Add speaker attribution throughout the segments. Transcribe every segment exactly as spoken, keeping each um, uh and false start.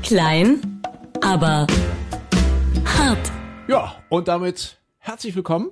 Speaker 1: Klein, aber hart.
Speaker 2: Ja, und damit herzlich willkommen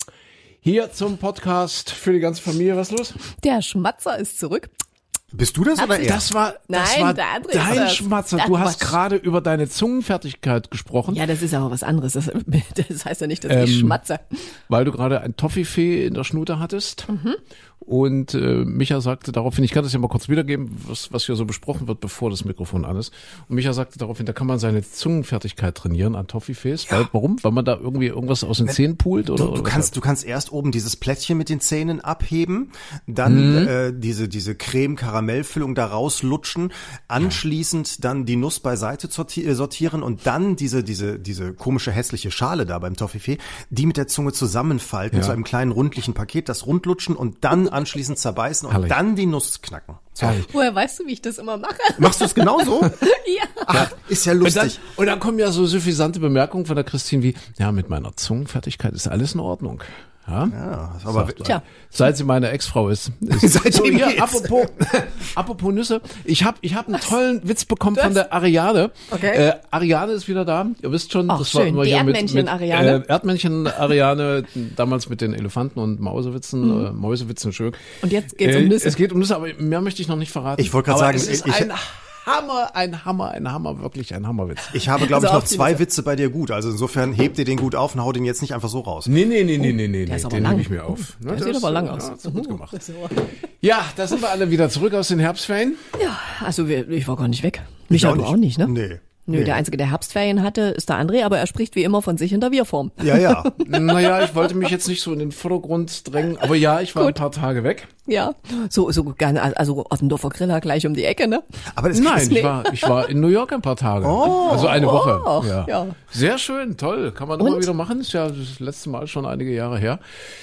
Speaker 2: hier zum Podcast für die ganze Familie. Was ist los?
Speaker 3: Der Schmatzer ist zurück.
Speaker 4: Bist du das oder er?
Speaker 2: Das war, das
Speaker 3: Nein,
Speaker 2: war
Speaker 3: der andere
Speaker 2: dein
Speaker 3: ist das.
Speaker 2: Schmatzer.
Speaker 3: Ach,
Speaker 2: Du hast
Speaker 3: Quatsch.
Speaker 2: gerade über deine Zungenfertigkeit gesprochen,
Speaker 3: Ja, das ist aber was anderes. Das, das heißt ja nicht, dass ich
Speaker 2: Ähm,
Speaker 3: schmatze.
Speaker 2: weil du gerade ein Toffifee in der Schnute hattest.
Speaker 3: Mhm.
Speaker 2: Und äh, Micha sagte daraufhin, ich kann das ja mal kurz wiedergeben, was, was hier so besprochen wird, bevor das Mikrofon an ist. Und Micha sagte daraufhin, da kann man seine Zungenfertigkeit trainieren an Toffifees.
Speaker 4: Ja.
Speaker 2: Weil, warum? Weil man da irgendwie irgendwas aus den Zähnen pult? Oder,
Speaker 4: Du, du
Speaker 2: oder
Speaker 4: kannst, du kannst erst oben dieses Plättchen mit den Zähnen abheben, dann
Speaker 2: Mhm.
Speaker 4: äh, diese diese Creme-Karamellfüllung da rauslutschen, anschließend dann die Nuss beiseite sorti- äh, sortieren und dann diese diese diese komische hässliche Schale da beim Toffifee, die mit der Zunge zusammenfalten
Speaker 2: Ja.
Speaker 4: zu einem kleinen rundlichen Paket, das rundlutschen und dann anschließend zerbeißen und
Speaker 2: Herrlich.
Speaker 4: dann die Nuss knacken. So.
Speaker 2: Herrlich.
Speaker 3: Woher weißt du, wie ich das immer mache?
Speaker 4: Machst du es genauso?
Speaker 3: Ja.
Speaker 4: Ach, ist ja
Speaker 2: Und dann,
Speaker 4: lustig.
Speaker 2: und dann kommen ja so suffisante Bemerkungen von der Christine wie, ja, mit meiner Zungenfertigkeit ist alles in Ordnung. Ja,
Speaker 4: Ja, aber
Speaker 2: Sagt-
Speaker 3: Tja.
Speaker 2: Seit sie meine Ex-Frau ist.
Speaker 4: Seitdem
Speaker 2: so, hier,
Speaker 4: geht's.
Speaker 2: apropos, apropos Nüsse. Ich habe ich hab einen tollen Witz bekommen von der Ariane.
Speaker 3: Okay.
Speaker 2: Äh, Ariane ist wieder da. Ihr wisst schon,
Speaker 3: Ach,
Speaker 2: das war
Speaker 3: schön.
Speaker 2: immer
Speaker 3: Die
Speaker 2: hier mit,
Speaker 3: Erdmännchen
Speaker 2: mit
Speaker 3: Ariane.
Speaker 2: Äh, Erdmännchen Ariane, damals mit den Elefanten und Mausewitzen, äh, Mäusewitzen, schön.
Speaker 3: Und jetzt geht's um Nüsse.
Speaker 2: Es geht um Nüsse, aber mehr möchte ich noch nicht verraten.
Speaker 4: Ich wollte gerade
Speaker 2: Aber
Speaker 4: sagen,
Speaker 2: es ist
Speaker 4: ich-
Speaker 2: ein Hammer, ein Hammer, ein Hammer, wirklich ein Hammerwitz.
Speaker 4: Ich habe, glaube
Speaker 3: Also
Speaker 4: ich, noch
Speaker 3: auf die
Speaker 4: zwei
Speaker 3: Nüsse.
Speaker 4: Witze bei dir gut. Also insofern hebt ihr den gut auf und haut den jetzt nicht einfach so raus.
Speaker 2: Nee, nee, nee, nee, nee, nee,
Speaker 3: der ist aber
Speaker 2: den
Speaker 3: lang.
Speaker 2: nehme ich mir auf. Ne,
Speaker 3: Der
Speaker 2: das
Speaker 3: sieht aber lang
Speaker 2: äh,
Speaker 3: aus.
Speaker 2: Ja, hast du gut gemacht.
Speaker 3: Das ist aber-
Speaker 2: Ja, da sind wir alle wieder zurück aus den Herbstferien.
Speaker 3: Ja, also wir, ich war gar nicht weg. Micha, du auch nicht, ne?
Speaker 4: Nee.
Speaker 3: Nö,
Speaker 4: nee.
Speaker 3: der Einzige, der Herbstferien hatte, ist der André, aber er spricht wie immer von sich in der Wir-Form.
Speaker 4: Ja, ja.
Speaker 2: Naja, ich wollte mich jetzt nicht so in den Vordergrund drängen, aber ja, ich war
Speaker 3: Gut.
Speaker 2: ein paar Tage weg.
Speaker 3: Ja, so, so gerne, also aus dem Dorfer Griller gleich um die Ecke, ne?
Speaker 4: Aber das
Speaker 2: Nein,
Speaker 4: ist
Speaker 2: ich war, ich war in New York ein paar Tage. Also eine Woche.
Speaker 3: Oh,
Speaker 2: ja.
Speaker 3: ja.
Speaker 2: Sehr schön, toll. Kann man immer
Speaker 3: Und?
Speaker 2: wieder machen. Ist ja das letzte Mal schon einige Jahre her.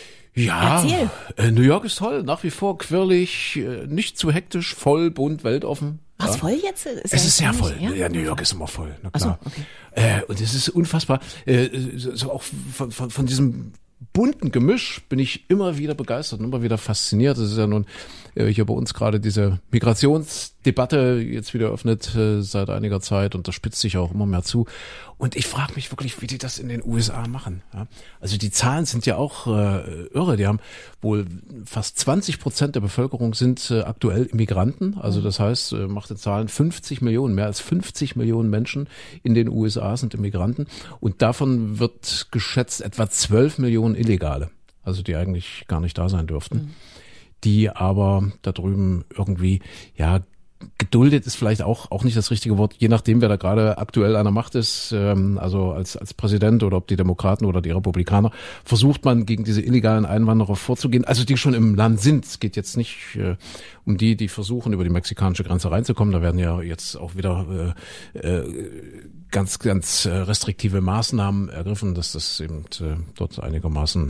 Speaker 2: Ja,
Speaker 3: Erzähl.
Speaker 2: äh, New York ist toll, nach wie vor quirlig, äh, nicht zu hektisch, voll, bunt, weltoffen.
Speaker 3: Was,
Speaker 2: ja.
Speaker 3: voll jetzt? Ist
Speaker 2: Es
Speaker 3: ja
Speaker 2: ist sehr
Speaker 3: nicht,
Speaker 2: voll.
Speaker 3: ja?
Speaker 2: Ja, New York ist immer voll. Na
Speaker 3: Ach so,
Speaker 2: klar.
Speaker 3: okay.
Speaker 2: Äh, und es ist unfassbar. Äh, so, so auch von, von, von diesem bunten Gemisch bin ich immer wieder begeistert und immer wieder fasziniert. Es ist ja nun äh, hier bei uns gerade diese Migrationsdebatte jetzt wieder eröffnet äh, seit einiger Zeit und das spitzt sich auch immer mehr zu. Und ich frage mich wirklich, wie die das in den U S A machen. Ja? Also die Zahlen sind ja auch äh, irre. Die haben wohl fast zwanzig Prozent der Bevölkerung sind äh, aktuell Immigranten. Also das heißt, äh, macht die Zahlen fünfzig Millionen, mehr als fünfzig Millionen Menschen in den U S A sind Immigranten. Und davon wird geschätzt etwa zwölf Millionen Illegale. Also die eigentlich gar nicht da sein dürften. Mhm. Die aber da drüben irgendwie, ja, geduldet ist vielleicht auch auch nicht das richtige Wort, je nachdem, wer da gerade aktuell an der Macht ist, ähm, also als als Präsident oder ob die Demokraten oder die Republikaner, versucht man gegen diese illegalen Einwanderer vorzugehen, also die schon im Land sind. Es geht jetzt nicht äh, um die, die versuchen, über die mexikanische Grenze reinzukommen. Da werden ja jetzt auch wieder äh, äh, ganz, ganz äh, restriktive Maßnahmen ergriffen, dass das eben äh, dort einigermaßen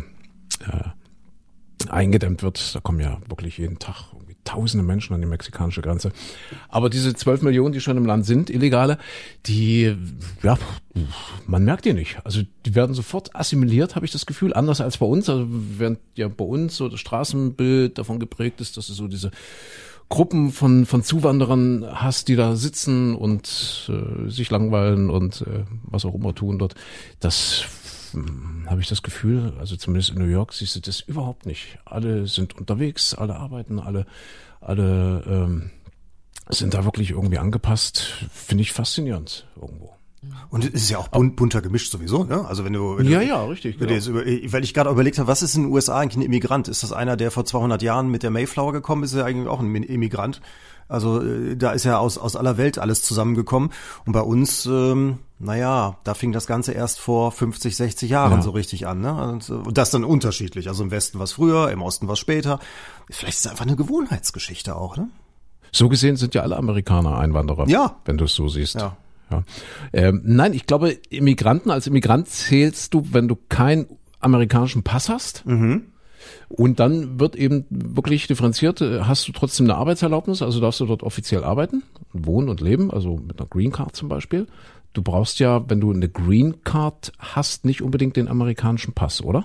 Speaker 2: äh, eingedämmt wird. Da kommen ja wirklich jeden Tag tausende Menschen an die mexikanische Grenze. Aber diese zwölf Millionen, die schon im Land sind, Illegale, die, ja, man merkt die nicht. Also die werden sofort assimiliert, habe ich das Gefühl, anders als bei uns. Also während ja bei uns so das Straßenbild davon geprägt ist, dass es so diese Gruppen von von Zuwanderern hast, die da sitzen und äh, sich langweilen und äh, was auch immer tun dort. Das habe ich das Gefühl, also zumindest in New York siehst du das überhaupt nicht. Alle sind unterwegs, alle arbeiten, alle, alle ähm, sind da wirklich irgendwie angepasst. Finde ich faszinierend irgendwo.
Speaker 4: Und es ist ja auch bunt, bunter gemischt sowieso, ne? Also wenn du, wenn
Speaker 2: Ja,
Speaker 4: du,
Speaker 2: ja, richtig.
Speaker 4: Wenn du jetzt über, weil ich gerade überlegt habe, was ist in den U S A eigentlich ein Immigrant? Ist das einer, der vor zweihundert Jahren mit der Mayflower gekommen ist? Ist er eigentlich auch ein Immigrant? Also äh, da ist ja aus aus aller Welt alles zusammengekommen. Und bei uns, ähm, naja, da fing das Ganze erst vor fünfzig, sechzig Jahren
Speaker 2: Ja.
Speaker 4: so richtig an, ne? Und, und das dann unterschiedlich. Also im Westen was früher, im Osten was später. Vielleicht ist es einfach eine Gewohnheitsgeschichte auch, ne?
Speaker 2: So gesehen sind ja alle Amerikaner Einwanderer,
Speaker 4: Ja.
Speaker 2: wenn du es so siehst.
Speaker 4: Ja.
Speaker 2: Ja. Ähm, nein, ich glaube, Immigranten, als Immigrant zählst du, wenn du keinen amerikanischen Pass hast.
Speaker 4: Mhm.
Speaker 2: Und dann wird eben wirklich differenziert, hast du trotzdem eine Arbeitserlaubnis, also darfst du dort offiziell arbeiten, wohnen und leben, also mit einer Green Card zum Beispiel. Du brauchst ja, wenn du eine Green Card hast, nicht unbedingt den amerikanischen Pass, oder?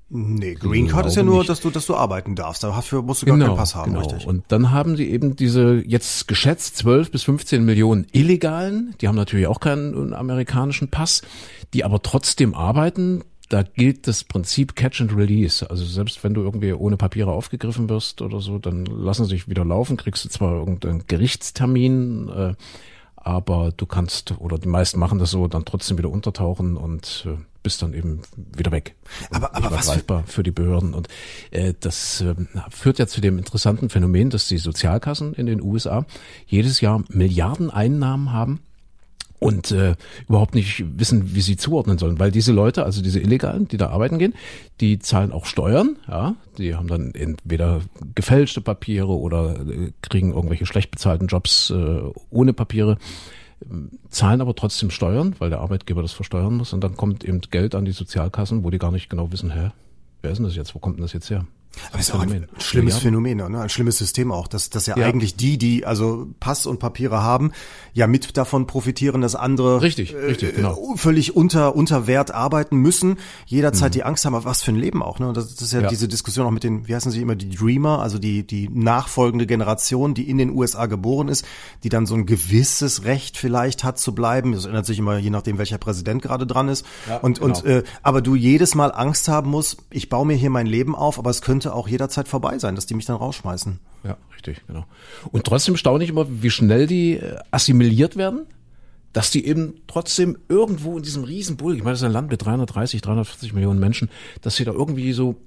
Speaker 4: Nee, Green Card ist ja nur, dass du, dass du arbeiten darfst. Dafür musst du gar
Speaker 2: genau,
Speaker 4: keinen Pass haben,
Speaker 2: genau.
Speaker 4: richtig?
Speaker 2: Und dann haben sie eben diese jetzt geschätzt zwölf bis fünfzehn Millionen Illegalen, die haben natürlich auch keinen amerikanischen Pass, die aber trotzdem arbeiten. Da gilt das Prinzip Catch and Release. Also selbst wenn du irgendwie ohne Papiere aufgegriffen wirst oder so, dann lassen sie dich wieder laufen, kriegst du zwar irgendeinen Gerichtstermin, äh, aber du kannst, oder die meisten machen das so, dann trotzdem wieder untertauchen und äh, bist dann eben wieder weg.
Speaker 4: Aber, aber was
Speaker 2: greifbar für die Behörden. Und äh, das äh, führt ja zu dem interessanten Phänomen, dass die Sozialkassen in den U S A jedes Jahr Milliarden Einnahmen haben und äh, überhaupt nicht wissen, wie sie zuordnen sollen, weil diese Leute, also diese Illegalen, die da arbeiten gehen, die zahlen auch Steuern, ja, die haben dann entweder gefälschte Papiere oder äh, kriegen irgendwelche schlecht bezahlten Jobs äh, ohne Papiere, zahlen aber trotzdem Steuern, weil der Arbeitgeber das versteuern muss und dann kommt eben Geld an die Sozialkassen, wo die gar nicht genau wissen, hä, wer ist denn das jetzt, wo kommt denn das jetzt her?
Speaker 4: Aber es ist auch ein schlimmes Phänomen, ne? Ein schlimmes System auch, dass, dass ja, ja eigentlich die, die also Pass und Papiere haben, ja mit davon profitieren, dass andere
Speaker 2: richtig, äh, richtig, genau.
Speaker 4: völlig unter, unter Wert arbeiten müssen, jederzeit mhm. die Angst haben, auf was für ein Leben auch. Ne? Und das, das ist ja, ja diese Diskussion auch mit den, wie heißen sie immer, die Dreamer, also die, die nachfolgende Generation, die in den U S A geboren ist, die dann so ein gewisses Recht vielleicht hat zu bleiben. Das ändert sich immer, je nachdem, welcher Präsident gerade dran ist. Ja, und, genau. und äh, aber du jedes Mal Angst haben musst, ich baue mir hier mein Leben auf, aber es könnte auch jederzeit vorbei sein, dass die mich dann rausschmeißen.
Speaker 2: Ja, richtig, genau. Und trotzdem staune ich immer, wie schnell die assimiliert werden, dass die eben trotzdem irgendwo in diesem Riesenbulk, ich meine, das ist ein Land mit dreihundertdreißig, dreihundertvierzig Millionen Menschen, dass sie da irgendwie so,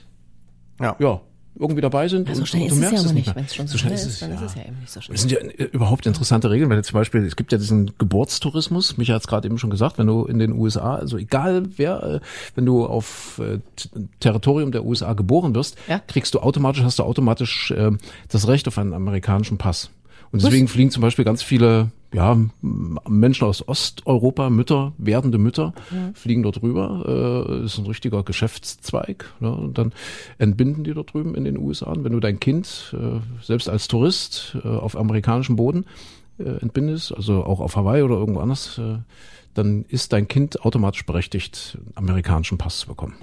Speaker 2: ja, ja irgendwie dabei sind.
Speaker 3: Also
Speaker 2: und,
Speaker 3: schnell
Speaker 2: und
Speaker 3: ist
Speaker 2: du
Speaker 3: es
Speaker 2: merkst
Speaker 3: ja aber
Speaker 2: es nicht.
Speaker 3: nicht. Wenn es schon so schnell ist, ist, dann ja. ist es ja eben nicht so schnell.
Speaker 2: Das sind ja überhaupt interessante Regeln, wenn du zum Beispiel, es gibt ja diesen Geburtstourismus, Micha hat es gerade eben schon gesagt, wenn du in den U S A, also egal wer, wenn du auf äh, Territorium der U S A geboren wirst, ja? kriegst du automatisch, hast du automatisch äh, das Recht auf einen amerikanischen Pass. Und deswegen Was? fliegen zum Beispiel ganz viele ja, Menschen aus Osteuropa, Mütter, werdende Mütter, ja. fliegen dort rüber. Das ist ein richtiger Geschäftszweig. Ne? Und dann entbinden die dort drüben in den U S A. Und wenn du dein Kind, selbst als Tourist, auf amerikanischem Boden entbindest, also auch auf Hawaii oder irgendwo anders, dann ist dein Kind automatisch berechtigt, einen amerikanischen Pass zu bekommen.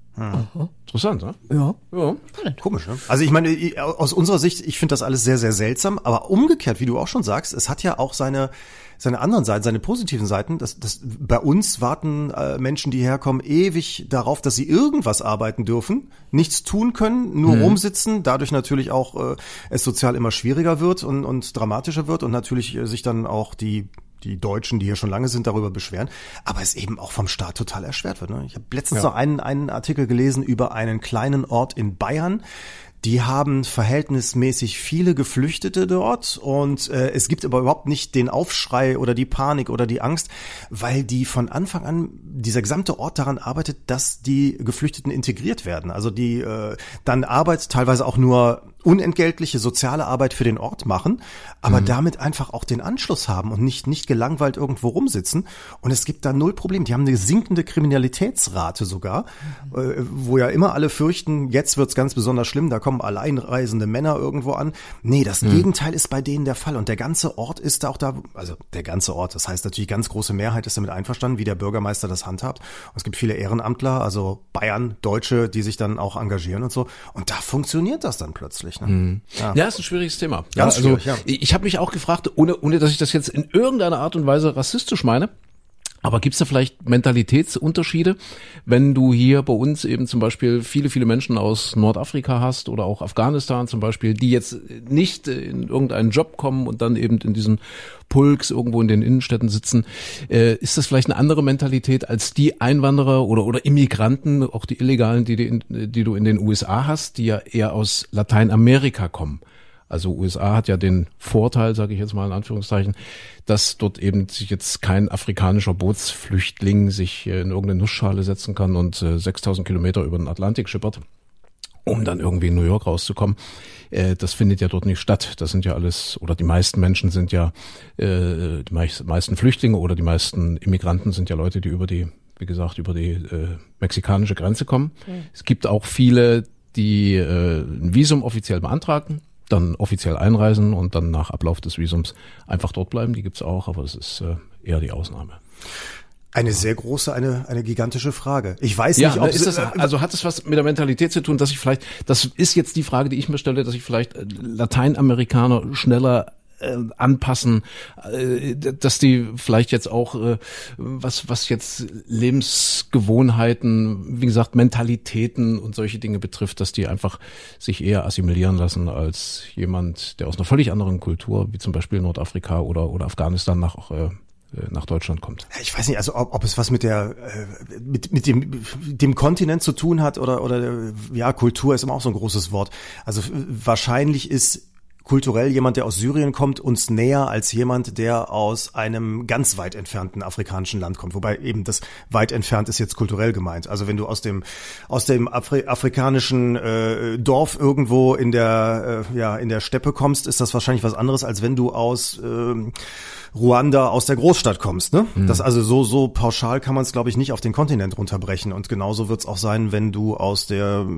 Speaker 4: Hm.
Speaker 2: Interessant, ne?
Speaker 3: Ja.
Speaker 2: ja.
Speaker 4: Komisch, ne? Also ich meine, aus unserer Sicht, ich finde das alles sehr, sehr seltsam, aber umgekehrt, wie du auch schon sagst, es hat ja auch seine seine anderen Seiten, seine positiven Seiten. Das, das, bei uns warten äh, Menschen, die herkommen, ewig darauf, dass sie irgendwas arbeiten dürfen, nichts tun können, nur mhm. rumsitzen, dadurch natürlich auch äh, es sozial immer schwieriger wird und, und dramatischer wird und natürlich äh, sich dann auch die die Deutschen, die hier schon lange sind, darüber beschweren, aber es eben auch vom Staat total erschwert wird. Ne? Ich habe letztens ja. noch einen, einen Artikel gelesen über einen kleinen Ort in Bayern. Die haben verhältnismäßig viele Geflüchtete dort und äh, es gibt aber überhaupt nicht den Aufschrei oder die Panik oder die Angst, weil die von Anfang an, dieser gesamte Ort daran arbeitet, dass die Geflüchteten integriert werden. Also die äh, dann Arbeit, teilweise auch nur unentgeltliche soziale Arbeit für den Ort machen, aber mhm. damit einfach auch den Anschluss haben und nicht nicht gelangweilt irgendwo rumsitzen. Und es gibt da null Problem. Die haben eine sinkende Kriminalitätsrate sogar, mhm. äh, wo ja immer alle fürchten, jetzt wird's ganz besonders schlimm, da kommen alleinreisende Männer irgendwo an. Nee, das mhm. Gegenteil ist bei denen der Fall. Und der ganze Ort ist auch da, also der ganze Ort, das heißt natürlich, ganz große Mehrheit ist damit einverstanden, wie der Bürgermeister das handhabt. Und es gibt viele Ehrenamtler, also Bayern, Deutsche, die sich dann auch engagieren und so. Und da funktioniert das dann plötzlich. Ne?
Speaker 2: Mhm. Ja. ja, ist ein schwieriges Thema.
Speaker 4: Ganz
Speaker 2: ja,
Speaker 4: schwierig,
Speaker 2: also,
Speaker 4: ja.
Speaker 2: Ich habe mich auch gefragt, ohne, ohne dass ich das jetzt in irgendeiner Art und Weise rassistisch meine, aber gibt es da vielleicht Mentalitätsunterschiede, wenn du hier bei uns eben zum Beispiel viele, viele Menschen aus Nordafrika hast oder auch Afghanistan zum Beispiel, die jetzt nicht in irgendeinen Job kommen und dann eben in diesen Pulks irgendwo in den Innenstädten sitzen. Äh, ist das vielleicht eine andere Mentalität als die Einwanderer oder oder Immigranten, auch die Illegalen, die, die, in, die du in den U S A hast, die ja eher aus Lateinamerika kommen? Also U S A hat ja den Vorteil, sage ich jetzt mal in Anführungszeichen, dass dort eben sich jetzt kein afrikanischer Bootsflüchtling sich in irgendeine Nussschale setzen kann und äh, sechstausend Kilometer über den Atlantik schippert, um dann irgendwie in New York rauszukommen. Äh, das findet ja dort nicht statt. Das sind ja alles, oder die meisten Menschen sind ja, äh, die meisten Flüchtlinge oder die meisten Immigranten sind ja Leute, die über die, wie gesagt, über die äh, mexikanische Grenze kommen. Mhm. Es gibt auch viele, die äh, ein Visum offiziell beantragen, dann offiziell einreisen und dann nach Ablauf des Visums einfach dort bleiben. Die gibt's auch, aber das ist äh, eher die Ausnahme.
Speaker 4: Eine sehr große, eine eine gigantische Frage. Ich weiß
Speaker 2: Ja,
Speaker 4: nicht, ob
Speaker 2: ist das, also hat es was mit der Mentalität zu tun, dass ich vielleicht, das ist jetzt die Frage, die ich mir stelle, dass ich vielleicht Lateinamerikaner schneller äh, anpassen, äh, dass die vielleicht jetzt auch äh, was was jetzt Lebensgewohnheiten, wie gesagt Mentalitäten und solche Dinge betrifft, dass die einfach sich eher assimilieren lassen als jemand, der aus einer völlig anderen Kultur, wie zum Beispiel Nordafrika oder oder Afghanistan nach äh, nach Deutschland kommt.
Speaker 4: Ich weiß nicht, also ob, ob es was mit der mit mit dem dem Kontinent zu tun hat oder oder ja, Kultur ist immer auch so ein großes Wort. Also wahrscheinlich ist kulturell jemand, der aus Syrien kommt, uns näher als jemand, der aus einem ganz weit entfernten afrikanischen Land kommt. Wobei eben das weit entfernt ist jetzt kulturell gemeint. Also wenn du aus dem aus dem Afri- afrikanischen äh, Dorf irgendwo in der äh, ja in der Steppe kommst, ist das wahrscheinlich was anderes, als wenn du aus äh, Ruanda aus der Großstadt kommst, ne? Mhm. Das also so so pauschal kann man es, glaube ich, nicht auf den Kontinent runterbrechen. Und genauso wird es auch sein, wenn du aus der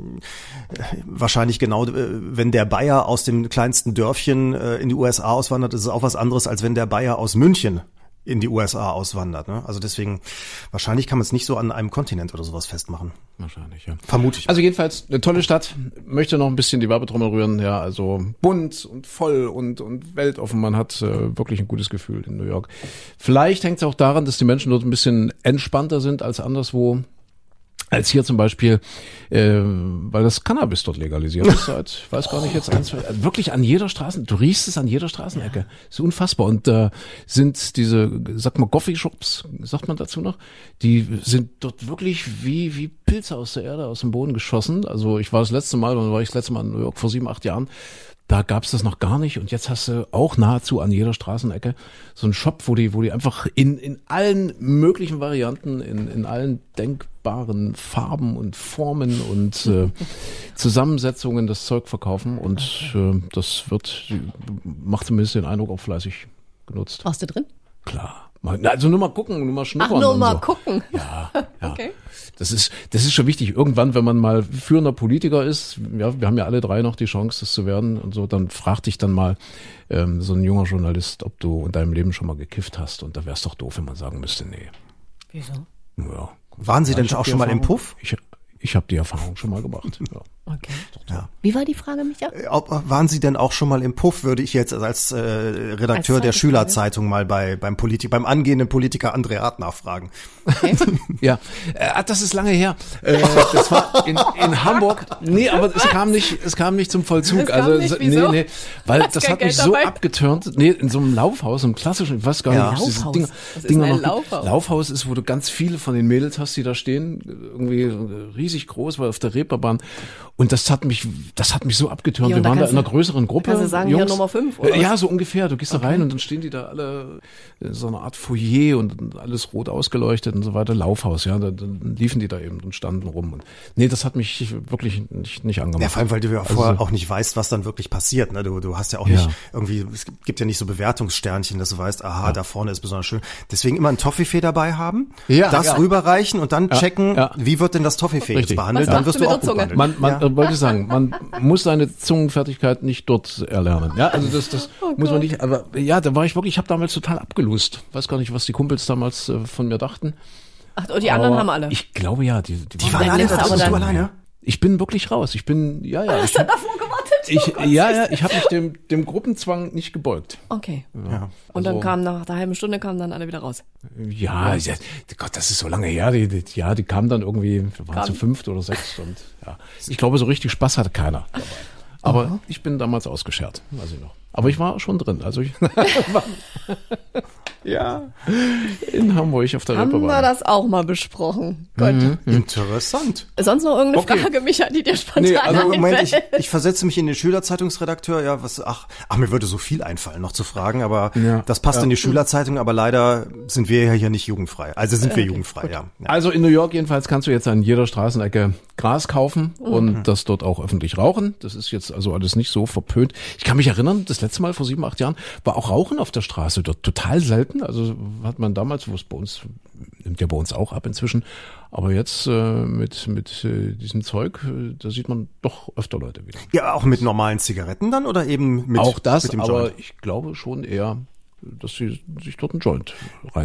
Speaker 4: äh, wahrscheinlich genau, äh, wenn der Bayer aus dem kleinsten Dörfchen äh, in die U S A auswandert, ist es auch was anderes, als wenn der Bayer aus München in die U S A auswandert. Ne? Also deswegen, wahrscheinlich kann man es nicht so an einem Kontinent oder sowas festmachen.
Speaker 2: Wahrscheinlich, ja.
Speaker 4: Vermute ich.
Speaker 2: Also jedenfalls eine tolle Stadt. Möchte noch ein bisschen die Werbetrommel rühren. Ja, also bunt und voll und und weltoffen. Man hat äh, wirklich ein gutes Gefühl in New York. Vielleicht hängt es auch daran, dass die Menschen dort ein bisschen entspannter sind als anderswo. Als hier zum Beispiel, äh, weil das Cannabis dort legalisiert ist seit, ich weiß gar nicht jetzt, eins, zwei, wirklich an jeder Straßen, du riechst es an jeder Straßenecke. Ja. Ist unfassbar. Und äh, sind diese, sag mal, Coffeeshops, sagt man dazu noch, die sind dort wirklich wie wie Pilze aus der Erde, aus dem Boden geschossen. Also ich war das letzte Mal, wann war ich das letzte Mal in New York? Vor sieben, acht Jahren. Da gab's das noch gar nicht und jetzt hast du auch nahezu an jeder Straßenecke so einen Shop, wo die, wo die einfach in in allen möglichen Varianten, in in allen denkbaren Farben und Formen und äh, Zusammensetzungen das Zeug verkaufen und äh, das wird macht zumindest den Eindruck auch fleißig genutzt.
Speaker 3: Warst du drin?
Speaker 2: Klar. Also nur mal gucken, nur mal schnuppern.
Speaker 3: Ach, nur
Speaker 2: und
Speaker 3: mal
Speaker 2: so.
Speaker 3: gucken.
Speaker 2: Ja, ja.
Speaker 3: Okay.
Speaker 2: Das ist, das ist schon wichtig. Irgendwann, wenn man mal führender Politiker ist, ja, wir haben ja alle drei noch die Chance, das zu werden und so, dann frag dich dann mal ähm, so ein junger Journalist, ob du in deinem Leben schon mal gekifft hast. Und da wär's doch doof, wenn man sagen müsste, nee.
Speaker 3: Wieso?
Speaker 2: Ja.
Speaker 4: Waren Sie
Speaker 2: ja,
Speaker 4: denn auch schon mal im Puff?
Speaker 2: Ich, ich habe die Erfahrung schon mal gemacht. Ja.
Speaker 3: Okay.
Speaker 4: Ja.
Speaker 3: Wie war die Frage, Micha?
Speaker 4: Ob, waren Sie denn auch schon mal im Puff, würde ich jetzt als äh, Redakteur
Speaker 3: Als
Speaker 4: der
Speaker 3: zweite
Speaker 4: Schülerzeitung mal bei beim Politik, beim angehenden Politiker André Rath nachfragen.
Speaker 3: Okay.
Speaker 2: Ja, äh, das ist lange her. Äh, das war in, in Hamburg. Nee, aber es kam nicht, es kam nicht zum Vollzug.
Speaker 3: Es kam
Speaker 2: also
Speaker 3: nicht,
Speaker 2: nee,
Speaker 3: wieso?
Speaker 2: nee, weil
Speaker 3: Hast
Speaker 2: das
Speaker 3: kein
Speaker 2: hat mich
Speaker 3: Geld
Speaker 2: so
Speaker 3: dabei?
Speaker 2: abgetürnt. Nee, in so einem Laufhaus, im klassischen, ich weiß gar
Speaker 4: Ja.
Speaker 2: nicht, ob es diese
Speaker 3: Laufhaus.
Speaker 2: Dinger,
Speaker 3: Was ist
Speaker 2: Dinger
Speaker 3: denn ein
Speaker 2: noch
Speaker 3: Laufhaus?
Speaker 2: Laufhaus ist, wo du ganz viele von den Mädels hast, die da stehen, irgendwie riesig groß, weil auf der Reeperbahn. Und das hat mich, das hat mich so abgetürnt.
Speaker 3: Ja,
Speaker 2: Wir
Speaker 3: und da
Speaker 2: waren da
Speaker 3: kannst
Speaker 2: in einer
Speaker 3: du-
Speaker 2: größeren Gruppe.
Speaker 3: kannst du sagen,
Speaker 2: Jungs.
Speaker 3: hier Nummer fünf, oder
Speaker 2: Äh, Ja,
Speaker 3: was?
Speaker 2: so ungefähr. Du gehst da rein und dann stehen die da alle in so einer Art Foyer und alles rot ausgeleuchtet und so weiter. Laufhaus, ja. Da, dann liefen die da eben und standen rum. Und nee, das hat mich wirklich nicht, nicht angemacht.
Speaker 4: Ja, vor allem, weil du ja
Speaker 2: Also-
Speaker 4: vorher auch nicht weißt, was dann wirklich passiert. Ne? Du, du hast ja auch
Speaker 2: Ja.
Speaker 4: nicht irgendwie, es gibt ja nicht so Bewertungssternchen, dass du weißt, aha, da vorne ist besonders schön. Deswegen immer ein Toffifee dabei haben,
Speaker 2: Ja,
Speaker 4: das
Speaker 2: ja.
Speaker 4: rüberreichen und dann
Speaker 2: Ja,
Speaker 4: checken,
Speaker 2: ja.
Speaker 4: wie wird denn das Toffifee jetzt
Speaker 2: Richtig.
Speaker 4: behandelt.
Speaker 3: Was
Speaker 4: Dann
Speaker 3: machst
Speaker 4: wirst
Speaker 3: du
Speaker 4: du
Speaker 3: mit
Speaker 4: auch
Speaker 3: der Zunge?
Speaker 4: gut behandelt.
Speaker 2: Man, man
Speaker 4: ja.
Speaker 2: äh, wollte ich sagen, man muss seine Zungenfertigkeit nicht dort erlernen. Ja, also das, das
Speaker 3: Oh
Speaker 2: muss man
Speaker 3: Gott.
Speaker 2: nicht. Aber ja, da war ich wirklich, ich habe damals total abgelust. Weiß gar nicht, was die Kumpels damals äh, von mir dachten.
Speaker 3: Ach, und die anderen
Speaker 2: Aber
Speaker 3: haben alle.
Speaker 2: Ich glaube ja, die, die,
Speaker 4: Die waren
Speaker 3: Dann
Speaker 4: alle,
Speaker 3: nimmst du
Speaker 4: da
Speaker 3: aber
Speaker 4: bist du
Speaker 3: dann-
Speaker 4: alleine.
Speaker 2: Ich bin wirklich raus. Ich bin, ja, ja. Ich,
Speaker 3: Hast du davor gewartet?
Speaker 2: ich,
Speaker 3: Oh Gott.
Speaker 2: ja, ja, ich habe mich dem, dem Gruppenzwang nicht gebeugt.
Speaker 3: Okay.
Speaker 4: Ja.
Speaker 3: Und dann
Speaker 2: Also-
Speaker 3: kamen nach der halben Stunde kamen dann alle wieder raus.
Speaker 2: Ja, ja, Gott, das ist so lange her. Die, die, ja, die kamen dann irgendwie, wir waren
Speaker 3: Kam-
Speaker 2: zu fünft oder sechst und ja. Ich glaube, so richtig Spaß hatte keiner dabei. Aber ich bin damals ausgeschert, weiß ich noch. Aber ich war schon drin. Also ich ja, in Hamburg auf der
Speaker 3: Haben wir
Speaker 2: Reeperbahn.
Speaker 3: das auch mal besprochen? Gut.
Speaker 4: Interessant.
Speaker 3: Sonst noch irgendeine
Speaker 2: Okay.
Speaker 3: Frage, Micha, die dir spontan
Speaker 2: Nee, also
Speaker 4: Also im Moment, ich,
Speaker 3: einfällt?
Speaker 4: ich versetze mich in den Schülerzeitungsredakteur, ja, was, ach, ach, mir würde so viel einfallen, noch zu fragen, aber
Speaker 2: Ja.
Speaker 4: das passt
Speaker 2: Ja.
Speaker 4: in die Schülerzeitung, aber leider sind wir ja hier nicht jugendfrei. Also sind wir jugendfrei, ja. ja.
Speaker 2: Also in New York jedenfalls kannst du jetzt an jeder Straßenecke Gras kaufen und das dort auch öffentlich rauchen. Das ist jetzt also alles nicht so verpönt. Ich kann mich erinnern, das letzte Mal vor sieben, acht Jahren war auch Rauchen auf der Straße dort total selten. Also hat man damals, wo es bei uns, nimmt ja bei uns auch ab inzwischen, aber jetzt äh, mit mit äh, diesem Zeug, äh, da sieht man doch öfter Leute wieder.
Speaker 4: Ja, auch mit normalen Zigaretten dann oder eben mit,
Speaker 2: auch das,
Speaker 4: mit dem
Speaker 2: aber
Speaker 4: Joint?
Speaker 2: ich glaube schon eher, dass sie sich dort einen Joint reinziehen.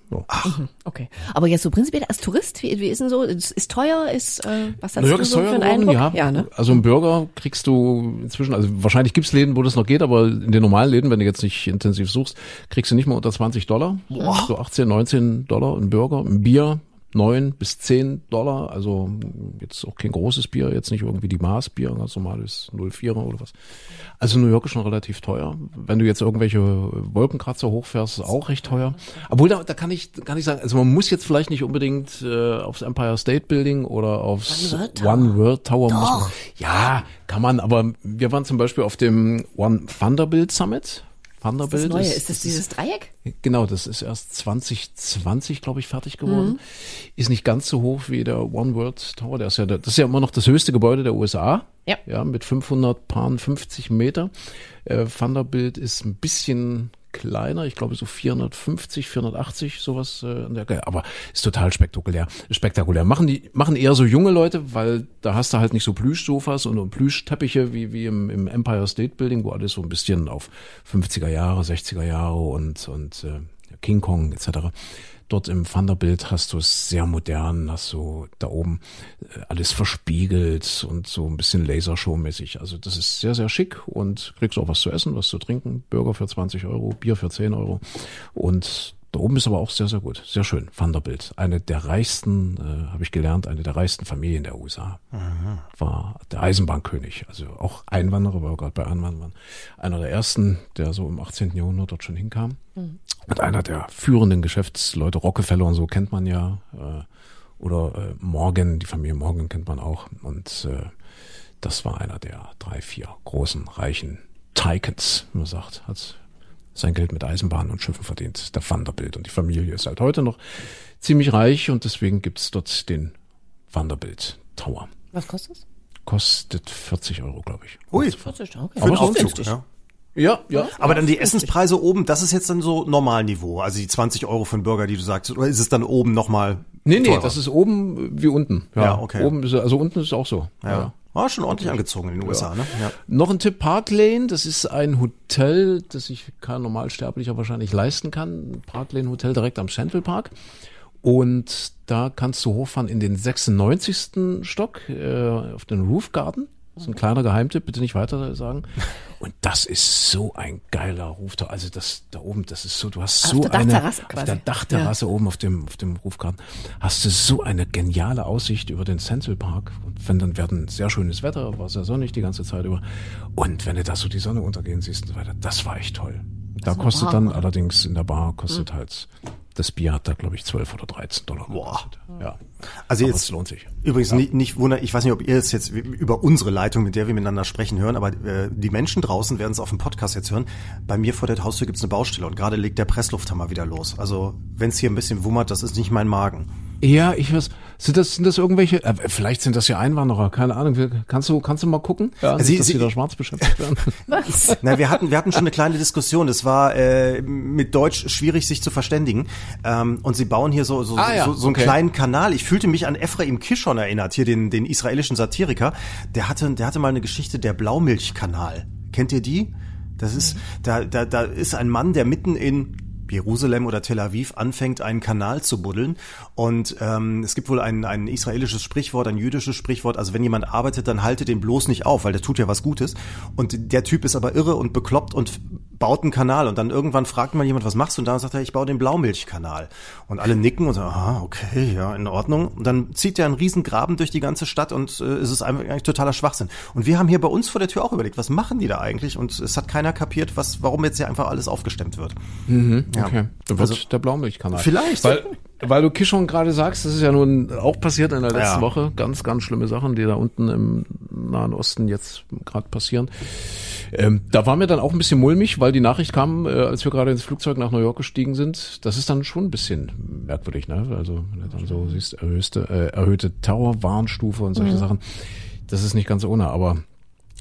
Speaker 2: Ja.
Speaker 3: Okay. Aber jetzt so prinzipiell als Tourist, wie, wie ist denn so? Ist, ist teuer? Ist, äh, was hast
Speaker 2: New York
Speaker 3: du
Speaker 2: ist
Speaker 3: so
Speaker 2: teuer
Speaker 3: für einen
Speaker 2: geworden,
Speaker 3: Eindruck?
Speaker 2: ja.
Speaker 3: Ja, ne?
Speaker 2: Also einen Burger kriegst du inzwischen, also wahrscheinlich gibt's Läden, wo das noch geht, aber in den normalen Läden, wenn du jetzt nicht intensiv suchst, kriegst du nicht mehr unter zwanzig Dollar. Boah. So achtzehn, neunzehn Dollar ein Burger, ein Bier. neun bis zehn Dollar, also jetzt auch kein großes Bier, jetzt nicht irgendwie die Maßbier, ganz normales null Komma vierer oder was. Also New York ist schon relativ teuer. Wenn du jetzt irgendwelche Wolkenkratzer hochfährst, ist auch recht teuer. Obwohl, da, da kann ich kann ich sagen, also man muss jetzt vielleicht nicht unbedingt äh, aufs Empire State Building oder aufs
Speaker 3: One World Tower.
Speaker 2: One World Tower.
Speaker 3: Doch.
Speaker 2: Muss man, ja, kann man, aber wir waren zum Beispiel auf dem One Vanderbilt Summit. Vanderbilt
Speaker 3: Das Neue,
Speaker 2: ist,
Speaker 3: ist das dieses Dreieck?
Speaker 2: Genau, das ist erst zwanzig zwanzig, glaube ich, fertig geworden. Mhm. Ist nicht ganz so hoch wie der One World Tower. Der ist ja, das ist ja immer noch das höchste Gebäude der U S A.
Speaker 3: Ja.
Speaker 2: Ja, mit fünfhundertfünfzig Meter. Äh, Vanderbilt ist ein bisschen kleiner, ich glaube so vierhundertfünfzig, vierhundertachtzig, sowas äh, an der, aber ist total spektakulär. Spektakulär. Machen die, machen eher so junge Leute, weil da hast du halt nicht so Plüschsofas und Plüschteppiche wie, wie im, im Empire State Building, wo alles so ein bisschen auf fünfziger Jahre, sechziger Jahre und, und äh, King Kong et cetera. Dort im Vanderbilt hast du es sehr modern, hast du da oben alles verspiegelt und so ein bisschen Lasershow-mäßig. Also das ist sehr, sehr schick und kriegst auch was zu essen, was zu trinken. Burger für zwanzig Euro, Bier für zehn Euro. Und da oben ist aber auch sehr, sehr gut. Sehr schön. Vanderbilt. Eine der reichsten, äh, habe ich gelernt, eine der reichsten Familien der U S A. Aha. War der Eisenbahnkönig. Also auch Einwanderer, war gerade bei Einwanderern. Einer der ersten, der so im achtzehnten Jahrhundert dort schon hinkam. Mhm. Und einer der führenden Geschäftsleute, Rockefeller und so kennt man ja. Äh, oder äh, Morgan, die Familie Morgan kennt man auch. Und äh, das war einer der drei, vier großen, reichen Tycoons, wie man sagt. Hat sein Geld mit Eisenbahnen und Schiffen verdient, der Vanderbilt. Und die Familie ist halt heute noch ziemlich reich und deswegen gibt's dort den Vanderbilt Tower.
Speaker 3: Was kostet es?
Speaker 2: Kostet vierzig Euro, glaube ich.
Speaker 4: Ui,
Speaker 3: vierzig, okay.
Speaker 4: für den
Speaker 2: Aber
Speaker 4: Aufzug,
Speaker 3: günstig.
Speaker 4: ja.
Speaker 2: Ja, ja.
Speaker 4: Aber dann die Essenspreise oben, das ist jetzt dann so Normalniveau. Also die zwanzig Euro für einen Burger, die du sagst, oder ist es dann oben nochmal
Speaker 2: Nee, nee,
Speaker 4: teurer?
Speaker 2: das ist oben wie unten. Ja,
Speaker 4: Ja, okay.
Speaker 2: Oben ist, also unten ist auch so.
Speaker 4: Ja.
Speaker 2: Ja.
Speaker 4: War schon ordentlich angezogen in den U S A, ne? Ja.
Speaker 2: Noch ein Tipp, Park Lane, das ist ein Hotel, das sich kein Normalsterblicher wahrscheinlich leisten kann. Park Lane Hotel direkt am Central Park. Und da kannst du hochfahren in den sechsundneunzigsten Stock, äh, auf den Roof Garden. Das ist ein kleiner Geheimtipp, bitte nicht weiter sagen. Und das ist so ein geiler Rooftop. Also das da oben, das ist so, du hast
Speaker 3: Auf
Speaker 2: so
Speaker 3: der
Speaker 2: eine,
Speaker 3: Dachterrasse
Speaker 2: auf
Speaker 3: quasi.
Speaker 2: der Dachterrasse oben auf dem, auf dem Roofgarten, hast du so eine geniale Aussicht über den Central Park. Und wenn dann werden sehr schönes Wetter, war sehr sonnig die ganze Zeit über. Und wenn du da so die Sonne untergehen siehst und so weiter, das war echt toll. Da kostet
Speaker 3: Bar,
Speaker 2: dann
Speaker 3: oder?
Speaker 2: allerdings in der Bar kostet halt, das Bier hat da glaube ich zwölf oder dreizehn Dollar gekostet. Ja.
Speaker 4: Also
Speaker 2: Aber
Speaker 4: jetzt
Speaker 2: es lohnt sich.
Speaker 4: übrigens
Speaker 2: Ja.
Speaker 4: nicht, nicht wunder, ich weiß nicht, ob ihr es jetzt über unsere Leitung, mit der wir miteinander sprechen, hören, aber äh, die Menschen draußen werden es auf dem Podcast jetzt hören. Bei mir vor der Haustür gibt's eine Baustelle und gerade legt der Presslufthammer wieder los. Also wenn es hier ein bisschen wummert, das ist nicht mein Magen.
Speaker 2: Ja, ich weiß. Sind das, sind das irgendwelche, äh, vielleicht sind das ja Einwanderer, keine Ahnung. Wir- Kannst du, kannst du mal gucken? Ja,
Speaker 4: Sie-
Speaker 2: nicht, dass
Speaker 4: Sie-
Speaker 2: wieder schwarz beschäftigt werden.
Speaker 3: Was?
Speaker 4: Na, wir hatten, wir hatten schon eine kleine Diskussion. Das war äh, mit Deutsch schwierig, sich zu verständigen. Ähm, und sie bauen hier so so,
Speaker 2: Ah, ja,
Speaker 4: so, so einen
Speaker 2: okay.
Speaker 4: kleinen Kanal. Ich fühlte mich an Ephraim Kishon erinnert, hier den den israelischen Satiriker. Der hatte, der hatte mal eine Geschichte, der Blaumilchkanal. Kennt ihr die? Das ist, da da da ist ein Mann, der mitten in Jerusalem oder Tel Aviv anfängt, einen Kanal zu buddeln. Und ähm, es gibt wohl ein, ein israelisches Sprichwort, ein jüdisches Sprichwort, also wenn jemand arbeitet, dann halte den bloß nicht auf, weil der tut ja was Gutes. Und der Typ ist aber irre und bekloppt und baut einen Kanal. Und dann irgendwann fragt mal jemand, was machst du? Und dann sagt er, ich baue den Blaumilchkanal. Und alle nicken und sagen, aha, okay, ja, in Ordnung. Und dann zieht er einen riesen Graben durch die ganze Stadt und äh, es ist einfach eigentlich totaler Schwachsinn. Und wir haben hier bei uns vor der Tür auch überlegt, was machen die da eigentlich? Und es hat keiner kapiert, was, warum jetzt hier einfach alles aufgestemmt wird. Ja.
Speaker 2: Okay. Da wird
Speaker 4: Also-
Speaker 2: der Blaumilchkanal.
Speaker 4: Vielleicht.
Speaker 2: Weil, weil du Kishon gerade sagst, das ist ja nun auch passiert in der letzten
Speaker 4: Ja.
Speaker 2: Woche. Ganz, ganz schlimme Sachen, die da unten im Nahen Osten jetzt gerade passieren. Ähm, da war mir dann auch ein bisschen mulmig, weil die Nachricht kam, äh, als wir gerade ins Flugzeug nach New York gestiegen sind. Das ist dann schon ein bisschen merkwürdig, ne? Also, wenn du dann so siehst, erhöhte, äh, erhöhte Terrorwarnstufe und solche Sachen. Das ist nicht ganz ohne, aber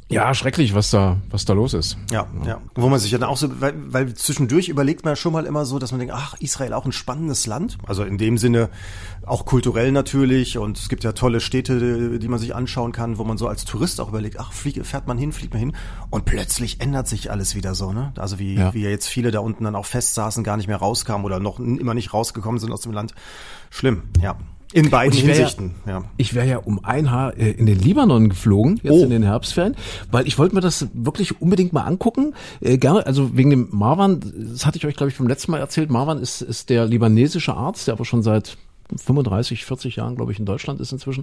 Speaker 2: Ja, schrecklich, was da, was da los ist.
Speaker 4: Ja, ja. Wo man sich dann auch so, weil, weil zwischendurch überlegt man schon mal immer so, dass man denkt, ach, Israel auch ein spannendes Land. Also in dem Sinne auch kulturell natürlich. Und es gibt ja tolle Städte, die man sich anschauen kann, wo man so als Tourist auch überlegt, ach, flieg, fährt man hin, fliegt man hin. Und plötzlich ändert sich alles wieder so, ne? Also wie, ja. wie ja jetzt viele da unten dann auch festsaßen, gar nicht mehr rauskamen oder noch immer nicht rausgekommen sind aus dem Land. Schlimm, ja. In beiden Hinsichten,
Speaker 2: ja.
Speaker 4: ja.
Speaker 2: Ich wäre ja um ein Haar äh, in den Libanon geflogen, jetzt oh. in den Herbstferien, weil ich wollte mir das wirklich unbedingt mal angucken. Äh, gerne, also wegen dem Marwan, das hatte ich euch, glaube ich, vom letzten Mal erzählt. Marwan ist, ist der libanesische Arzt, der aber schon seit fünfunddreißig, vierzig Jahren, glaube ich, in Deutschland ist inzwischen.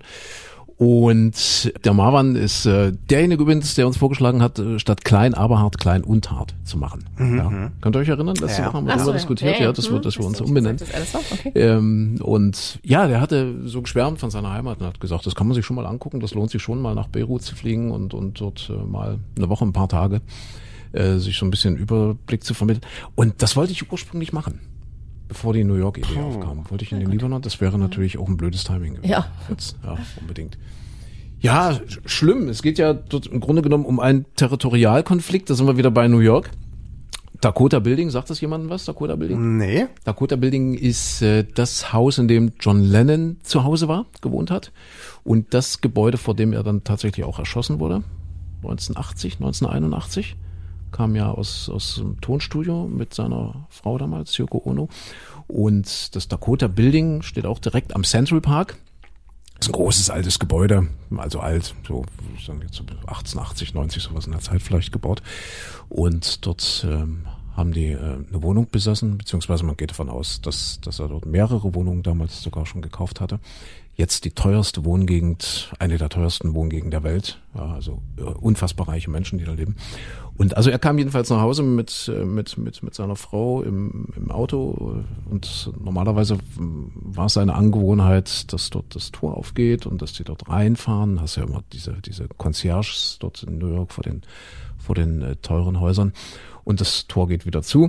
Speaker 2: Und der Marwan ist äh, derjenige übrigens, der uns vorgeschlagen hat, äh, statt klein, aber hart, klein und hart zu machen. Mhm. Ja. Könnt ihr euch erinnern? Letzte
Speaker 4: ja.
Speaker 2: Woche haben wir darüber so, diskutiert, ja, ja. ja dass, wir, dass wir uns umbenennen.
Speaker 3: Das alles auf? Okay.
Speaker 2: Ähm, und ja, der hatte so geschwärmt von seiner Heimat und hat gesagt, das kann man sich schon mal angucken, das lohnt sich schon mal nach Beirut zu fliegen und, und dort äh, mal eine Woche, ein paar Tage äh, sich so ein bisschen Überblick zu vermitteln. Und das wollte ich ursprünglich machen. Bevor die New York-Idee oh. aufkam, wollte ich in den Libanon. Das wäre natürlich auch ein blödes Timing gewesen.
Speaker 3: Ja.
Speaker 2: Jetzt, ja, unbedingt. Ja, schlimm. Es geht ja dort im Grunde genommen um einen Territorialkonflikt. Da sind wir wieder bei New York. Dakota Building, sagt das jemandem was? Dakota Building?
Speaker 4: Nee.
Speaker 2: Dakota Building ist äh, das Haus, in dem John Lennon zu Hause war, gewohnt hat. Und das Gebäude, vor dem er dann tatsächlich auch erschossen wurde. neunzehnhundertachtzig, neunzehnhunderteinundachtzig. Kam ja aus, aus dem Tonstudio mit seiner Frau damals, Yoko Ono. Und das Dakota Building steht auch direkt am Central Park. Das ist ein großes, altes Gebäude, also alt, so, ich sage jetzt so achtzehnhundertachtzig, neunzig, sowas in der Zeit vielleicht gebaut. Und dort ähm, haben die äh, eine Wohnung besessen, beziehungsweise man geht davon aus, dass, dass er dort mehrere Wohnungen damals sogar schon gekauft hatte. Jetzt die teuerste Wohngegend, eine der teuersten Wohngegenden der Welt, ja, also äh, unfassbar reiche Menschen, die da leben. Und also er kam jedenfalls nach Hause mit mit mit mit seiner Frau im im Auto und normalerweise war es seine Angewohnheit, dass dort das Tor aufgeht und dass die dort reinfahren. Hast ja immer diese diese Concierges dort in New York vor den vor den äh, teuren Häusern und das Tor geht wieder zu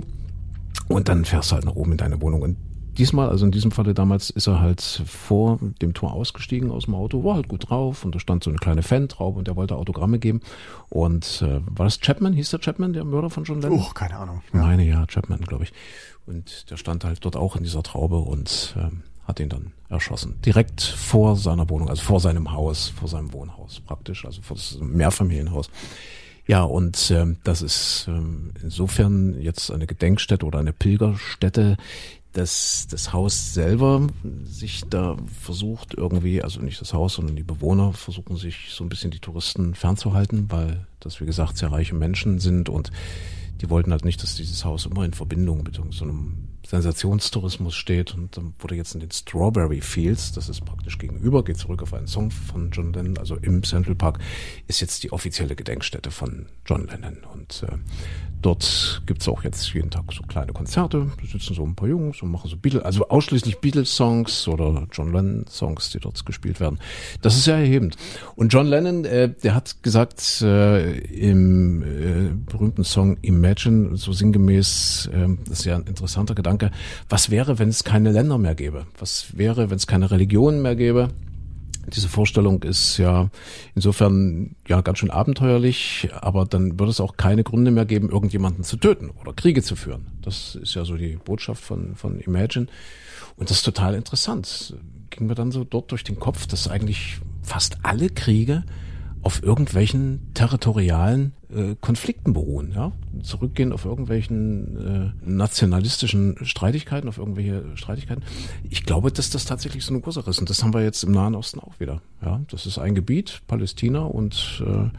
Speaker 2: und dann fährst du halt nach oben in deine Wohnung. Und diesmal, also in diesem Falle damals, ist er halt vor dem Tor ausgestiegen aus dem Auto, war halt gut drauf und da stand so eine kleine Fantraube und er wollte Autogramme geben. Und äh, war das Chapman? Hieß der Chapman, der Mörder von John Lennon?
Speaker 4: Oh, keine Ahnung.
Speaker 2: Ich meine, ja, Chapman, glaube ich. Und der stand halt dort auch in dieser Traube und ähm, hat ihn dann erschossen. Direkt vor seiner Wohnung, also vor seinem Haus, vor seinem Wohnhaus praktisch, also vor das Mehrfamilienhaus. Ja, und ähm, das ist ähm, insofern jetzt eine Gedenkstätte oder eine Pilgerstätte, dass das Haus selber sich da versucht irgendwie, also nicht das Haus, sondern die Bewohner versuchen sich so ein bisschen die Touristen fernzuhalten, weil das, wie gesagt, sehr reiche Menschen sind und die wollten halt nicht, dass dieses Haus immer in Verbindung mit so einem Sensationstourismus steht. Und dann wurde jetzt in den Strawberry Fields, das ist praktisch gegenüber, geht zurück auf einen Song von John Lennon, also im Central Park, ist jetzt die offizielle Gedenkstätte von John Lennon. Und äh, dort gibt's auch jetzt jeden Tag so kleine Konzerte. Da sitzen so ein paar Jungs und machen so Beatles, also ausschließlich Beatles-Songs oder John Lennon-Songs, die dort gespielt werden. Das ist sehr erhebend. Und John Lennon, äh, der hat gesagt äh, im äh, berühmten Song Imagine, so sinngemäß, äh, das ist ja ein interessanter Gedanke, was wäre, wenn es keine Länder mehr gäbe? Was wäre, wenn es keine Religionen mehr gäbe? Diese Vorstellung ist ja insofern ja ganz schön abenteuerlich, aber dann würde es auch keine Gründe mehr geben, irgendjemanden zu töten oder Kriege zu führen. Das ist ja so die Botschaft von von Imagine. Und das ist total interessant. Ging mir dann so dort durch den Kopf, dass eigentlich fast alle Kriege auf irgendwelchen territorialen äh, Konflikten beruhen, ja, zurückgehen auf irgendwelchen äh, nationalistischen Streitigkeiten, auf irgendwelche Streitigkeiten. Ich glaube, dass das tatsächlich so eine Ursache ist und das haben wir jetzt im Nahen Osten auch wieder, ja. Das ist ein Gebiet, Palästina und äh,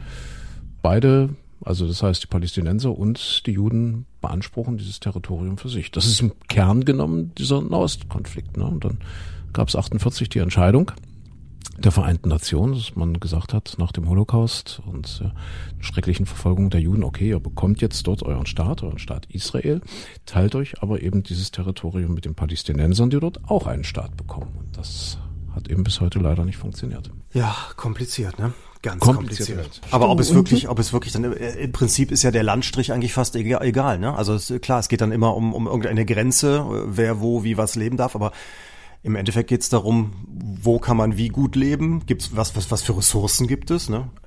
Speaker 2: beide, also das heißt die Palästinenser und die Juden beanspruchen dieses Territorium für sich. Das ist im Kern genommen dieser Nahostkonflikt, ne? Und dann gab es achtundvierzig die Entscheidung der Vereinten Nationen, dass man gesagt hat, nach dem Holocaust und äh, schrecklichen Verfolgung der Juden, okay, ihr bekommt jetzt dort euren Staat, euren Staat Israel, teilt euch aber eben dieses Territorium mit den Palästinensern, die dort auch einen Staat bekommen. Und das hat eben bis heute leider nicht funktioniert.
Speaker 4: Ja, kompliziert, ne? Ganz
Speaker 2: kompliziert.
Speaker 4: kompliziert. Aber ob es wirklich, ob es wirklich dann, im Prinzip ist ja der Landstrich eigentlich fast egal, ne? Also es, klar, es geht dann immer um, um irgendeine Grenze, wer wo wie was leben darf, aber im Endeffekt geht es darum, wo kann man wie gut leben? Gibt's was, was, was für Ressourcen gibt es? Ne?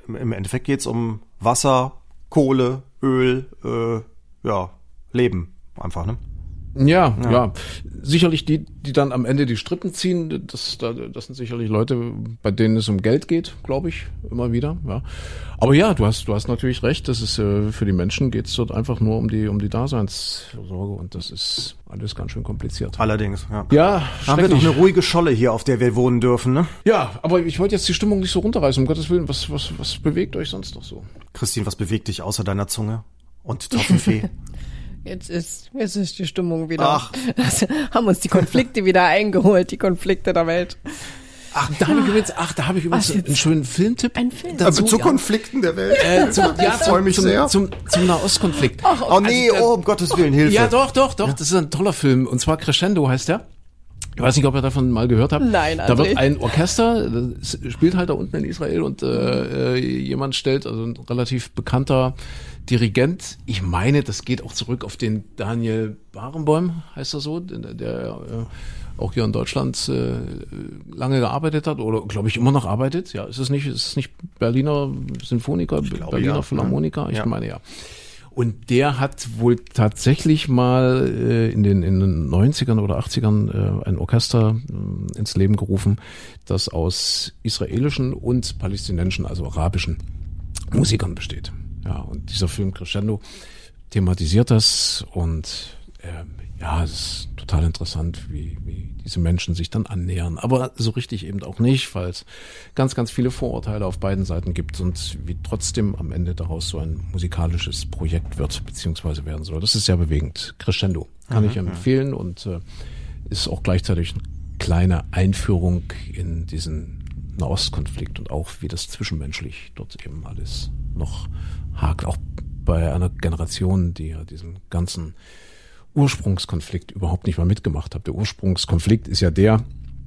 Speaker 4: im, im Endeffekt geht's um Wasser, Kohle, Öl, äh, ja, Leben einfach, ne?
Speaker 2: Ja, ja,
Speaker 4: Ja.
Speaker 2: Sicherlich die, die dann am Ende die Strippen ziehen, das, das sind sicherlich Leute, bei denen es um Geld geht, glaube ich, immer wieder, ja. Aber ja, du hast, du hast natürlich recht, das ist, äh, für die Menschen geht es dort einfach nur um die, um die Daseinsvorsorge und das ist alles ganz schön kompliziert.
Speaker 4: Allerdings, ja.
Speaker 2: Ja,
Speaker 4: Haben wir doch
Speaker 2: schrecklich.
Speaker 4: eine ruhige Scholle hier, auf der wir wohnen dürfen, ne?
Speaker 2: Ja, aber ich wollte jetzt die Stimmung nicht so runterreißen, um Gottes Willen, was, was, was bewegt euch sonst noch so?
Speaker 4: Christine, was bewegt dich außer deiner Zunge und Toffifee?
Speaker 5: Jetzt ist, jetzt ist die Stimmung wieder.
Speaker 4: Ach.
Speaker 5: Also, haben uns die Konflikte wieder eingeholt, die Konflikte der Welt.
Speaker 2: Ach, da habe ich übrigens, ach, da habe ich übrigens
Speaker 5: Was jetzt?
Speaker 2: einen schönen Filmtipp.
Speaker 5: Ein Film.
Speaker 2: Dazu,
Speaker 4: zu
Speaker 2: ja.
Speaker 4: Konflikten der Welt?
Speaker 2: Äh, zum, ja,
Speaker 4: Ich freu
Speaker 2: zum,
Speaker 4: mich
Speaker 2: zum,
Speaker 4: sehr.
Speaker 2: Zum, zum Nahostkonflikt.
Speaker 4: Oh nee,
Speaker 2: Also,
Speaker 4: oh, um Gottes Willen, Hilfe.
Speaker 2: Ja, doch, doch, doch, das ist ein toller Film. Und zwar Crescendo heißt der. Ich weiß nicht, ob ihr davon mal gehört habt.
Speaker 5: Nein,
Speaker 2: Da
Speaker 5: André.
Speaker 2: wird ein Orchester, das spielt halt da unten in Israel und äh, jemand stellt, also ein relativ bekannter Dirigent, ich meine, das geht auch zurück auf den Daniel Barenboim, heißt er so, der, der äh, auch hier in Deutschland äh, lange gearbeitet hat oder glaube ich immer noch arbeitet. Ja, ist es nicht, ist es nicht Berliner Sinfoniker,
Speaker 4: glaube,
Speaker 2: Berliner
Speaker 4: ja.
Speaker 2: Philharmoniker? Ich
Speaker 4: Ja.
Speaker 2: meine ja. Und der hat wohl tatsächlich mal äh, in den in den neunzigern oder achtzigern äh, ein Orchester äh, ins Leben gerufen, das aus israelischen und palästinensischen, also arabischen Musikern besteht. Ja, und dieser Film Crescendo thematisiert das und äh, ja, es ist total interessant, wie, wie diese Menschen sich dann annähern. Aber so richtig eben auch nicht, weil es ganz, ganz viele Vorurteile auf beiden Seiten gibt und wie trotzdem am Ende daraus so ein musikalisches Projekt wird, beziehungsweise werden soll. Das ist sehr bewegend. Crescendo kann
Speaker 4: Mhm,
Speaker 2: ich empfehlen und äh, ist auch gleichzeitig eine kleine Einführung in diesen Nahostkonflikt und auch wie das zwischenmenschlich dort eben alles noch hakt. Auch bei einer Generation, die ja diesen ganzen Ursprungskonflikt überhaupt nicht mal mitgemacht hat. Der Ursprungskonflikt ist ja der,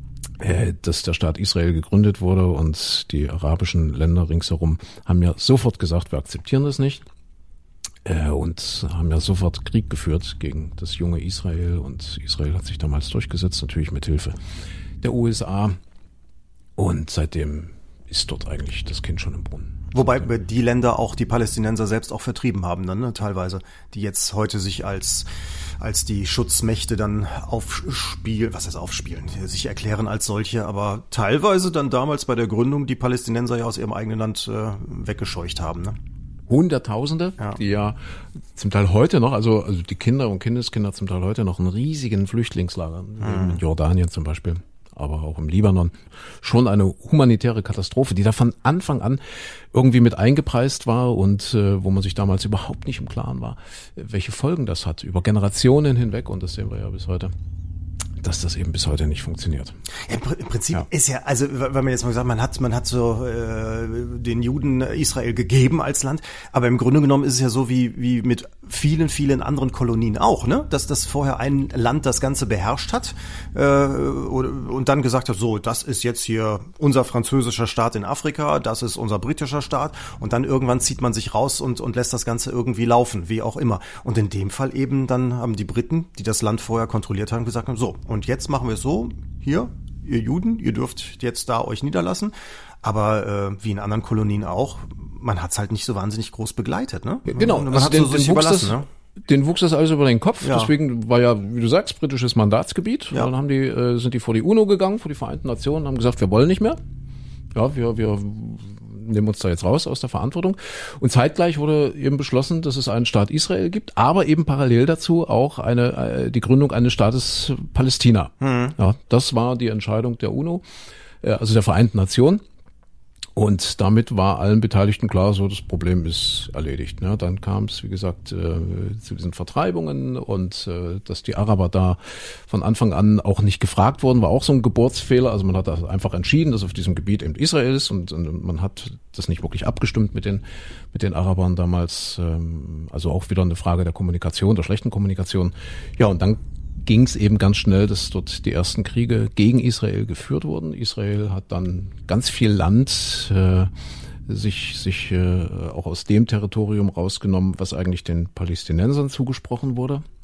Speaker 2: äh, dass der Staat Israel gegründet wurde und die arabischen Länder ringsherum haben ja sofort gesagt, wir akzeptieren das nicht äh, und haben ja sofort Krieg geführt gegen das junge Israel und Israel hat sich damals durchgesetzt, natürlich mit Hilfe der U S A und seitdem ist dort eigentlich das Kind schon im Brunnen.
Speaker 4: Wobei die Länder auch die Palästinenser selbst auch vertrieben haben dann, ne, teilweise, die jetzt heute sich als als die Schutzmächte dann aufspielen, was heißt aufspielen, sich erklären als solche, aber teilweise dann damals bei der Gründung die Palästinenser ja aus ihrem eigenen Land äh, weggescheucht haben, ne?
Speaker 2: Hunderttausende,
Speaker 4: Ja.
Speaker 2: die ja zum Teil heute noch, also, also die Kinder und Kindeskinder zum Teil heute noch in riesigen Flüchtlingslagern,
Speaker 4: Mhm.
Speaker 2: in Jordanien zum Beispiel, aber auch im Libanon, schon eine humanitäre Katastrophe, die da von Anfang an irgendwie mit eingepreist war und äh, wo man sich damals überhaupt nicht im Klaren war, welche Folgen das hat, über Generationen hinweg, und das sehen wir ja bis heute, dass das eben bis heute nicht funktioniert.
Speaker 4: Ja, Im Pr- im Prinzip
Speaker 2: Ja.
Speaker 4: ist ja, also wenn man jetzt mal sagt, man hat man hat so äh, den Juden Israel gegeben als Land, aber im Grunde genommen ist es ja so wie wie mit vielen vielen anderen Kolonien auch, ne, dass das vorher ein Land das Ganze beherrscht hat äh, und dann gesagt hat, so, das ist jetzt hier unser französischer Staat in Afrika, das ist unser britischer Staat, und dann irgendwann zieht man sich raus und und lässt das Ganze irgendwie laufen, wie auch immer. Und in dem Fall eben dann haben die Briten, die das Land vorher kontrolliert haben, gesagt haben, so, und jetzt machen wir es so, hier, ihr Juden, ihr dürft jetzt da euch niederlassen. Aber äh, wie in anderen Kolonien auch, man hat es halt nicht so wahnsinnig groß begleitet, ne?
Speaker 2: Genau,
Speaker 4: man
Speaker 2: also
Speaker 4: hat
Speaker 2: den,
Speaker 4: so sich
Speaker 2: den, wuchs
Speaker 4: überlassen,
Speaker 2: das,
Speaker 4: ne?
Speaker 2: den wuchs das alles über den Kopf.
Speaker 4: Ja.
Speaker 2: Deswegen war ja, wie du sagst, britisches Mandatsgebiet.
Speaker 4: Ja.
Speaker 2: Dann haben die, äh, sind die vor die UNO gegangen, vor die Vereinten Nationen, haben gesagt, wir wollen nicht mehr. Ja, wir, wir nehmen uns da jetzt raus aus der Verantwortung. Und zeitgleich wurde eben beschlossen, dass es einen Staat Israel gibt, aber eben parallel dazu auch eine äh, die Gründung eines Staates Palästina.
Speaker 4: Mhm.
Speaker 2: Ja, das war die Entscheidung der UNO, äh, also der Vereinten Nationen. Und damit war allen Beteiligten klar, so das Problem ist erledigt. Ne? Dann kam es, wie gesagt, äh, zu diesen Vertreibungen und äh, dass die Araber da von Anfang an auch nicht gefragt wurden, war auch so ein Geburtsfehler. Also man hat da einfach entschieden, dass auf diesem Gebiet eben Israel ist und, und man hat das nicht wirklich abgestimmt mit den mit den Arabern damals. Ähm, also auch wieder eine Frage der Kommunikation, der schlechten Kommunikation. Ja, und dann ging es eben ganz schnell, dass dort die ersten Kriege gegen Israel geführt wurden. Israel hat dann ganz viel Land äh, sich sich äh, auch aus dem Territorium rausgenommen, was eigentlich den Palästinensern zugesprochen wurde.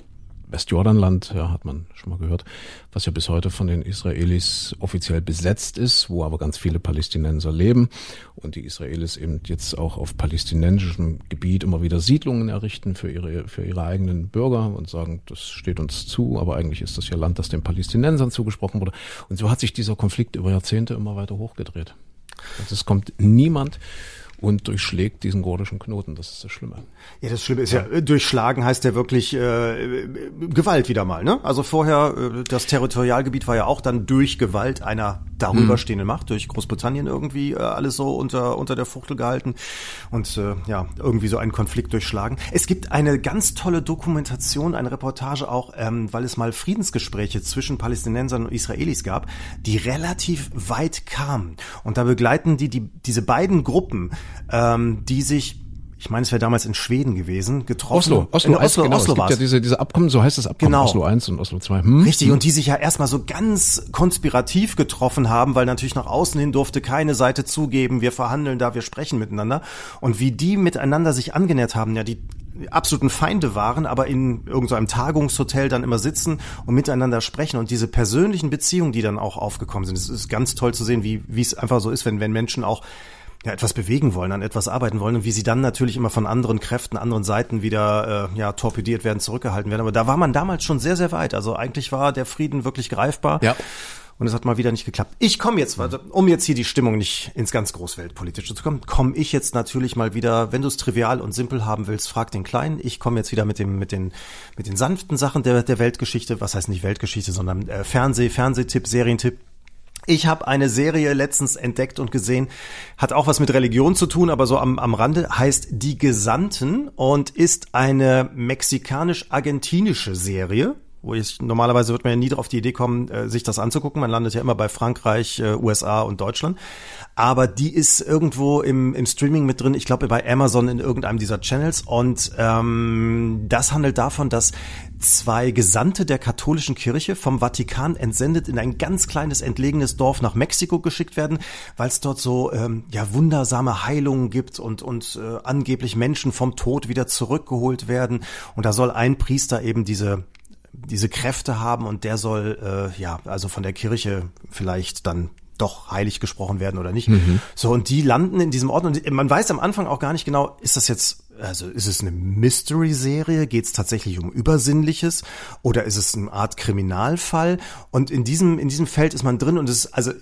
Speaker 2: Westjordanland, ja, hat man schon mal gehört, was ja bis heute von den Israelis offiziell besetzt ist, wo aber ganz viele Palästinenser leben und die Israelis eben jetzt auch auf palästinensischem Gebiet immer wieder Siedlungen errichten für ihre für ihre eigenen Bürger und sagen, das steht uns zu, aber eigentlich ist das ja Land, das den Palästinensern zugesprochen wurde. Und so hat sich dieser Konflikt über Jahrzehnte immer weiter hochgedreht. Also es kommt niemand und durchschlägt diesen gordischen Knoten. Das ist das Schlimme.
Speaker 4: Ja, das Schlimme ist ja, ja durchschlagen heißt ja wirklich äh, Gewalt wieder mal, ne? Also vorher, äh, das Territorialgebiet war ja auch dann durch Gewalt einer darüberstehenden mhm. Macht, durch Großbritannien irgendwie äh, alles so unter unter der Fuchtel gehalten und äh, ja, irgendwie so einen Konflikt durchschlagen. Es gibt eine ganz tolle Dokumentation, eine Reportage auch, ähm, weil es mal Friedensgespräche zwischen Palästinensern und Israelis gab, die relativ weit kamen. Und da begleiten die, die diese beiden Gruppen, ähm, die sich, ich meine, es wäre damals in Schweden gewesen, getroffen.
Speaker 2: Oslo, Oslo,
Speaker 4: in Oslo,
Speaker 2: genau.
Speaker 4: Oslo
Speaker 2: es gibt ja diese, diese Abkommen, so heißt das Abkommen,
Speaker 4: genau.
Speaker 2: Oslo eins und Oslo zwei. Hm?
Speaker 4: Richtig,
Speaker 2: hm.
Speaker 4: und die sich ja erstmal so ganz konspirativ getroffen haben, weil natürlich nach außen hin durfte keine Seite zugeben, wir verhandeln da, wir sprechen miteinander. Und wie die miteinander sich angenähert haben, ja, die absoluten Feinde waren, aber in irgendeinem Tagungshotel dann immer sitzen und miteinander sprechen und diese persönlichen Beziehungen, die dann auch aufgekommen sind. Es ist ganz toll zu sehen, wie wie es einfach so ist, wenn wenn Menschen auch ja etwas bewegen wollen, an etwas arbeiten wollen und wie sie dann natürlich immer von anderen Kräften, anderen Seiten wieder äh, ja torpediert werden, zurückgehalten werden. Aber da war man damals schon sehr, sehr weit. Also eigentlich war der Frieden wirklich greifbar. Ja. Und es hat mal wieder nicht geklappt. Ich komme jetzt, um jetzt hier die Stimmung nicht ins ganz Großweltpolitische zu kommen, komme ich jetzt natürlich mal wieder, wenn du es trivial und simpel haben willst, frag den Kleinen. Ich komme jetzt wieder mit dem mit den mit den sanften Sachen der der Weltgeschichte. Was heißt nicht Weltgeschichte, sondern äh, Fernseh, Fernsehtipp, Serientipp. Ich habe eine Serie letztens entdeckt und gesehen, hat auch was mit Religion zu tun, aber so am, am Rande, heißt Die Gesandten und ist eine mexikanisch-argentinische Serie, wo ich, normalerweise wird man ja nie auf die Idee kommen, äh, sich das anzugucken. Man landet ja immer bei Frankreich, äh, U S A und Deutschland. Aber die ist irgendwo im, im Streaming mit drin, ich glaube bei Amazon in irgendeinem dieser Channels. Und ähm, das handelt davon, dass zwei Gesandte der katholischen Kirche vom Vatikan entsendet in ein ganz kleines, entlegenes Dorf nach Mexiko geschickt werden, weil es dort so ähm, ja wundersame Heilungen gibt und, und äh, angeblich Menschen vom Tod wieder zurückgeholt werden. Und da soll ein Priester eben diese diese Kräfte haben und der soll äh, ja also von der Kirche vielleicht dann doch heilig gesprochen werden oder nicht. Mhm. So, und die landen in diesem Ort und man weiß am Anfang auch gar nicht genau, ist das jetzt, also ist es eine Mystery-Serie, geht es tatsächlich um Übersinnliches oder ist es eine Art Kriminalfall? Und in diesem in diesem Feld ist man drin und es ist, also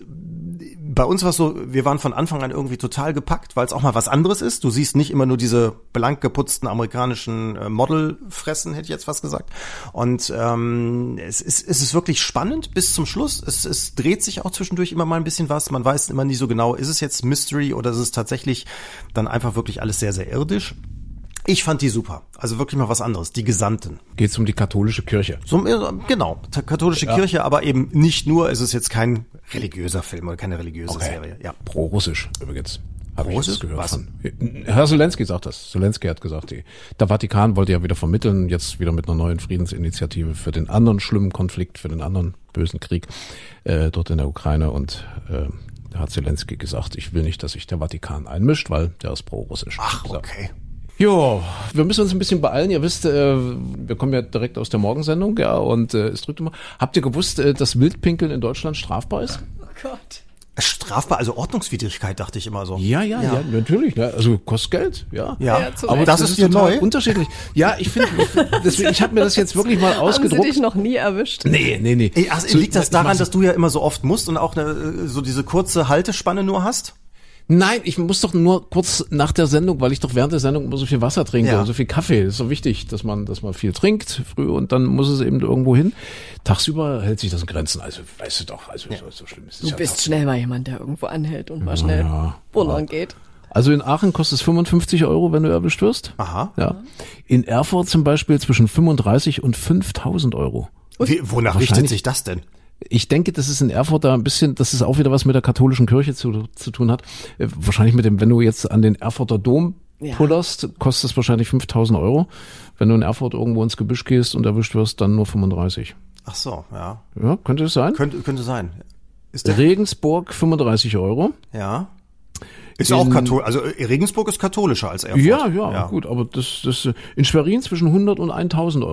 Speaker 4: bei uns war es so, wir waren von Anfang an irgendwie total gepackt, weil es auch mal was anderes ist. Du siehst nicht immer nur diese blank geputzten amerikanischen äh, Modelfressen, hätte ich jetzt fast gesagt. Und ähm, es ist es ist wirklich spannend bis zum Schluss. Es, es dreht sich auch zwischendurch immer mal ein bisschen was. Man weiß immer nicht so genau, ist es jetzt Mystery oder ist es tatsächlich dann einfach wirklich alles sehr, sehr irdisch. Ich fand die super. Also wirklich mal was anderes. Die Gesandten.
Speaker 2: Geht es um die katholische Kirche?
Speaker 4: So, genau, katholische ja. Kirche, aber eben nicht nur. Es ist jetzt kein religiöser Film oder keine religiöse okay. Serie. Ja.
Speaker 2: Pro-Russisch übrigens.
Speaker 4: Pro-Russisch?
Speaker 2: Gehört was? Von. Herr Zelensky sagt das. Zelensky hat gesagt, die, der Vatikan wollte ja wieder vermitteln, jetzt wieder mit einer neuen Friedensinitiative für den anderen schlimmen Konflikt, für den anderen bösen Krieg äh, dort in der Ukraine. Und äh, da hat Zelensky gesagt, ich will nicht, dass sich der Vatikan einmischt, weil der ist pro-russisch.
Speaker 4: Ach, okay.
Speaker 2: Jo, wir müssen uns ein bisschen beeilen. Ihr wisst, äh, wir kommen ja direkt aus der Morgensendung, ja, und äh, es drückt immer. Habt ihr gewusst, äh, dass Wildpinkeln in Deutschland strafbar ist?
Speaker 5: Oh Gott.
Speaker 4: Strafbar, also Ordnungswidrigkeit, dachte ich immer so.
Speaker 2: Ja, ja, ja, ja natürlich. Ne? Also kostet Geld, ja.
Speaker 4: Ja,
Speaker 5: ja
Speaker 4: aber das, das ist dir neu.
Speaker 2: Unterschiedlich. Ja, ich finde, deswegen, ich habe mir das jetzt wirklich mal ausgedruckt.
Speaker 5: Haben Sie dich noch nie erwischt?
Speaker 2: Nee, nee, nee.
Speaker 4: Ey, also, liegt das daran, dass du ja immer so oft musst und auch eine, so diese kurze Haltespanne nur hast?
Speaker 2: Nein, ich muss doch nur kurz nach der Sendung, weil ich doch während der Sendung immer so viel Wasser trinke ja. und so viel Kaffee. Das ist so wichtig, dass man, dass man viel trinkt früh und dann muss es eben irgendwo hin. Tagsüber hält sich das in Grenzen. Also, weißt du doch, also ja. so, so schlimm ist es
Speaker 5: Du
Speaker 2: ja
Speaker 5: bist
Speaker 2: tagsüber.
Speaker 5: Schnell mal jemand, der irgendwo anhält und mal schnell
Speaker 2: ja,
Speaker 5: bullern
Speaker 2: ja.
Speaker 5: geht.
Speaker 2: Also in Aachen kostet es fünfundfünfzig Euro, wenn du erwischt wirst.
Speaker 4: Aha.
Speaker 2: Ja. In Erfurt zum Beispiel zwischen fünfunddreißig und fünftausend Euro.
Speaker 4: Wie, wonach richtet sich das denn?
Speaker 2: Ich denke, das ist in Erfurt da ein bisschen, das ist auch wieder was mit der katholischen Kirche zu, zu tun hat. Äh, wahrscheinlich mit dem, wenn du jetzt an den Erfurter Dom ja. pullerst, kostet es wahrscheinlich fünftausend Euro. Wenn du in Erfurt irgendwo ins Gebüsch gehst und erwischt wirst, dann nur fünfunddreißig.
Speaker 4: Ach so, ja.
Speaker 2: Ja, könnte es sein?
Speaker 4: Könnte, könnte sein. Ist der
Speaker 2: Regensburg fünfunddreißig Euro.
Speaker 4: Ja. Ist in, auch katholisch, also Regensburg ist katholischer als Erfurt.
Speaker 2: Ja, ja, ja, gut, aber das, das, in Schwerin zwischen hundert und tausend Euro.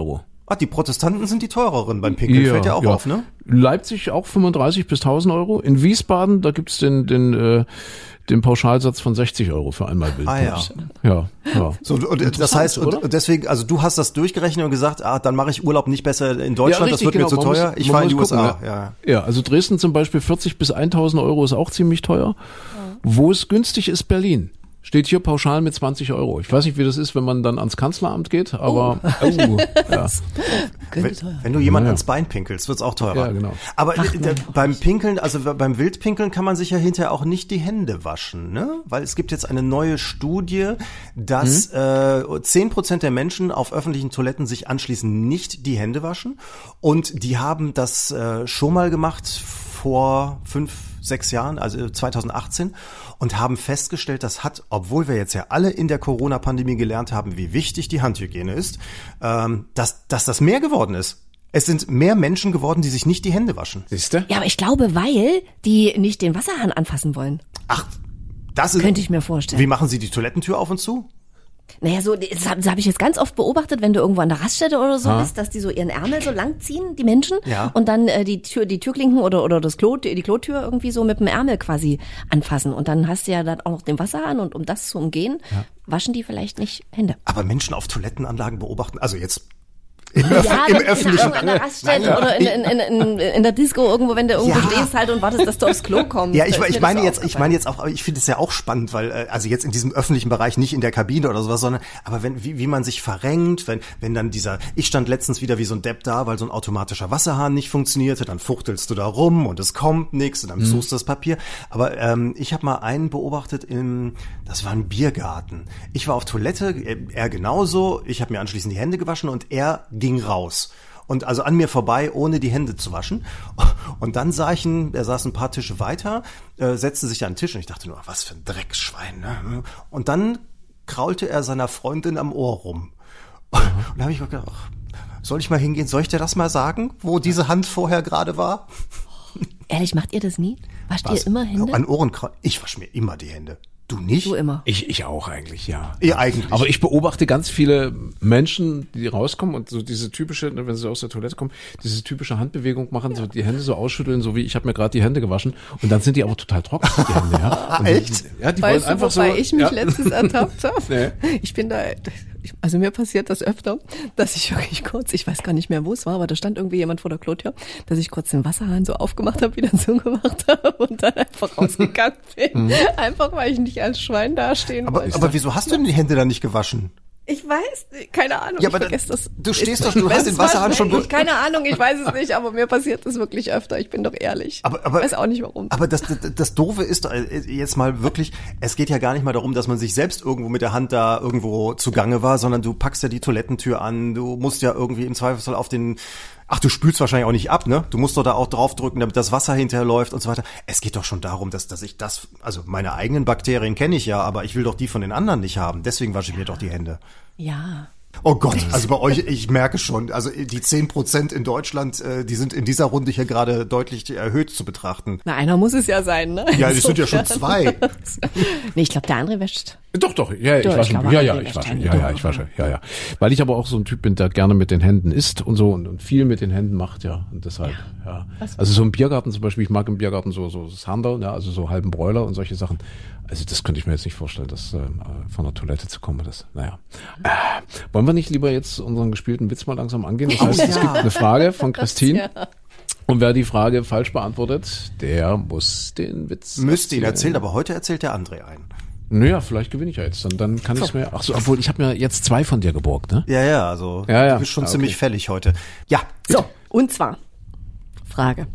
Speaker 4: Ah, die Protestanten sind die teureren beim Pinkeln,
Speaker 2: Ja,
Speaker 4: fällt ja auch
Speaker 2: ja.
Speaker 4: auf, ne?
Speaker 2: Leipzig auch fünfunddreißig bis tausend Euro. In Wiesbaden, da gibt's den, den, äh, den Pauschalsatz von sechzig Euro für einmal Bild.
Speaker 4: Ah ja.
Speaker 2: Ja, ja.
Speaker 4: So, und das heißt, und,
Speaker 2: oder?
Speaker 4: und deswegen, also du hast das durchgerechnet und gesagt, ah, dann mache ich Urlaub nicht besser in Deutschland,
Speaker 2: Ja,
Speaker 4: das
Speaker 2: richtig,
Speaker 4: wird
Speaker 2: genau.
Speaker 4: mir zu
Speaker 2: Man
Speaker 4: teuer,
Speaker 2: muss-
Speaker 4: ich
Speaker 2: man
Speaker 4: fahre in die
Speaker 2: muss
Speaker 4: U S A.
Speaker 2: gucken,
Speaker 4: Ja.
Speaker 2: Ja, also Dresden zum Beispiel vierzig bis tausend Euro ist auch ziemlich teuer. Wo es günstig ist, Berlin. Steht hier pauschal mit zwanzig Euro. Ich weiß nicht, wie das ist, wenn man dann ans Kanzleramt geht, aber oh, ja.
Speaker 4: Wenn, wenn du jemanden
Speaker 2: Ja, ja.
Speaker 4: ans Bein pinkelst, wird's auch teurer.
Speaker 2: Ja, genau.
Speaker 4: Aber äh, der, beim Pinkeln, also beim Wildpinkeln kann man sich ja hinterher auch nicht die Hände waschen, ne? Weil es gibt jetzt eine neue Studie, dass äh, zehn Prozent der Menschen auf öffentlichen Toiletten sich anschließend nicht die Hände waschen. Und die haben das äh, schon mal gemacht vor fünf, sechs Jahren, also zweitausendachtzehn, und haben festgestellt, das hat, obwohl wir jetzt ja alle in der Corona-Pandemie gelernt haben, wie wichtig die Handhygiene ist, ähm, dass, dass das mehr geworden ist. Es sind mehr Menschen geworden, die sich nicht die Hände waschen.
Speaker 2: Siehst du?
Speaker 3: Ja, aber ich glaube, weil die nicht den Wasserhahn anfassen wollen.
Speaker 4: Ach, das ist...
Speaker 3: Könnte ich mir vorstellen.
Speaker 4: Wie machen Sie die Toilettentür auf und zu?
Speaker 3: Naja, so, das habe hab ich jetzt ganz oft beobachtet, wenn du irgendwo an der Raststätte oder so bist, dass die so ihren Ärmel so lang ziehen, die Menschen,
Speaker 4: Ja.
Speaker 3: und dann äh, die Tür, die Türklinken oder oder das Klo, die Klotür irgendwie so mit dem Ärmel quasi anfassen. Und dann hast du ja dann auch noch den Wasserhahn, und um das zu umgehen, waschen die vielleicht nicht Hände.
Speaker 4: Aber Menschen auf Toilettenanlagen beobachten, also jetzt im, Öff
Speaker 3: Ja,
Speaker 4: im
Speaker 3: wenn du
Speaker 4: öffentlichen...
Speaker 3: an der Raststätte
Speaker 4: Nein,
Speaker 3: oder in, in, in, in, in der Disco irgendwo, wenn du irgendwo
Speaker 4: Ja.
Speaker 3: stehst halt und wartest, dass du aufs Klo kommst.
Speaker 4: Ja, ich,
Speaker 3: Da ist
Speaker 4: ich
Speaker 3: mir
Speaker 4: meine
Speaker 3: das
Speaker 4: jetzt,
Speaker 3: so
Speaker 4: ich meine jetzt auch, aber ich finde es ja auch spannend, weil äh, also jetzt in diesem öffentlichen Bereich, nicht in der Kabine oder sowas, sondern aber wenn wie, wie man sich verrenkt, wenn wenn dann dieser, ich stand letztens wieder wie so ein Depp da, weil so ein automatischer Wasserhahn nicht funktionierte, dann fuchtelst du da rum und es kommt nichts und dann suchst du das Papier. Aber ähm, ich habe mal einen beobachtet im, das war ein Biergarten. Ich war auf Toilette, er genauso. Ich habe mir anschließend die Hände gewaschen und er ging raus. Und also an mir vorbei, ohne die Hände zu waschen. Und dann sah ich ihn, er saß ein paar Tische weiter, äh, setzte sich an den Tisch und ich dachte nur, was für ein Drecksschwein. Ne? Und dann kraulte er seiner Freundin am Ohr rum. Und da habe ich mir gedacht, ach, soll ich mal hingehen, soll ich dir das mal sagen, wo diese Hand vorher gerade war?
Speaker 3: Ehrlich, macht ihr das nie? Wascht
Speaker 4: Was?
Speaker 3: ihr immer Hände?
Speaker 4: An Ohren, ich wasche mir immer die Hände. Du nicht?
Speaker 3: Du immer.
Speaker 2: Ich, ich auch eigentlich, ja.
Speaker 4: Ja, eigentlich.
Speaker 2: Aber ich beobachte ganz viele Menschen, die rauskommen und so diese typische, wenn sie aus der Toilette kommen, diese typische Handbewegung machen, so die Hände so ausschütteln, so wie ich habe mir gerade die Hände gewaschen, und dann sind die aber total trocken, die Hände. Ja. Und
Speaker 4: Echt?
Speaker 2: Die, ja, die
Speaker 5: Weißt
Speaker 2: wollen
Speaker 5: du,
Speaker 2: einfach
Speaker 5: wobei
Speaker 2: so.
Speaker 5: ich mich
Speaker 2: ja.
Speaker 5: letztens ertappt habe?
Speaker 2: Nee.
Speaker 5: Ich bin da, ich, also mir passiert das öfter, dass ich wirklich kurz, ich weiß gar nicht mehr, wo es war, aber da stand irgendwie jemand vor der Klotür, dass ich kurz den Wasserhahn so aufgemacht habe, wieder zugemacht habe und dann einfach rausgegangen bin. Einfach, weil ich nicht als Schwein dastehen
Speaker 4: aber,
Speaker 5: wollte.
Speaker 4: aber wieso hast du denn die Hände dann nicht gewaschen?
Speaker 5: Ich weiß, keine Ahnung,
Speaker 4: Ja,
Speaker 5: ich
Speaker 4: aber
Speaker 5: vergesse das.
Speaker 4: du stehst doch, du hast den Wasserhahn schon
Speaker 5: durch. Keine Ahnung, ich weiß es nicht, aber mir passiert das wirklich öfter, ich bin doch ehrlich.
Speaker 4: Aber, aber,
Speaker 5: ich weiß auch nicht warum.
Speaker 4: Aber das, das, das Doofe ist doch jetzt mal wirklich, es geht ja gar nicht mal darum, dass man sich selbst irgendwo mit der Hand da irgendwo zugange war, sondern du packst ja die Toilettentür an, du musst ja irgendwie im Zweifelsfall auf den, ach, du spülst wahrscheinlich auch nicht ab, ne? Du musst doch da auch draufdrücken, damit das Wasser hinterher läuft und so weiter. Es geht doch schon darum, dass, dass ich das, also meine eigenen Bakterien kenne ich ja, aber ich will doch die von den anderen nicht haben. Deswegen wasche ich mir doch die Hände.
Speaker 3: Ja.
Speaker 4: Oh Gott, also bei euch, ich merke schon, also die zehn Prozent in Deutschland, äh, die sind in dieser Runde hier gerade deutlich erhöht zu betrachten.
Speaker 5: Na, einer muss es ja sein, ne?
Speaker 4: Ja, es sind ja schon zwei.
Speaker 3: Nee, ich glaube, der andere wäscht.
Speaker 2: Doch, doch, ja, ich
Speaker 3: Doch, ich
Speaker 2: wasche,
Speaker 3: glaube,
Speaker 2: ja,
Speaker 3: man
Speaker 2: ja,
Speaker 3: will
Speaker 2: ich
Speaker 3: nicht
Speaker 2: wasche,
Speaker 3: Hände,
Speaker 2: ja, ja,
Speaker 3: doch.
Speaker 2: ich wasche, ja, ja. Weil ich aber auch so ein Typ bin, der gerne mit den Händen isst und so und, und viel mit den Händen macht, ja, und deshalb, ja. Also so im Biergarten zum Beispiel, ich mag im Biergarten so, so Sander, ja, also so halben Broiler und solche Sachen. Also das könnte ich mir jetzt nicht vorstellen, das äh, von der Toilette zu kommen, das, naja. Äh, wollen wir nicht lieber jetzt unseren gespielten Witz mal langsam angehen? Das heißt, es gibt eine Frage von Christine. Und wer die Frage falsch beantwortet, der muss den Witz
Speaker 4: Müsste ihn erzählen, aber heute erzählt der André einen.
Speaker 2: Naja, vielleicht gewinne ich ja jetzt. Dann, dann kann ich es mir. Ach so, obwohl ich habe mir jetzt zwei von dir geborgt, ne?
Speaker 4: Ja, ja, also
Speaker 2: Ja, ja.
Speaker 4: du bist schon
Speaker 2: Ah, okay.
Speaker 4: ziemlich fällig heute. Ja,
Speaker 5: So, und zwar, Frage.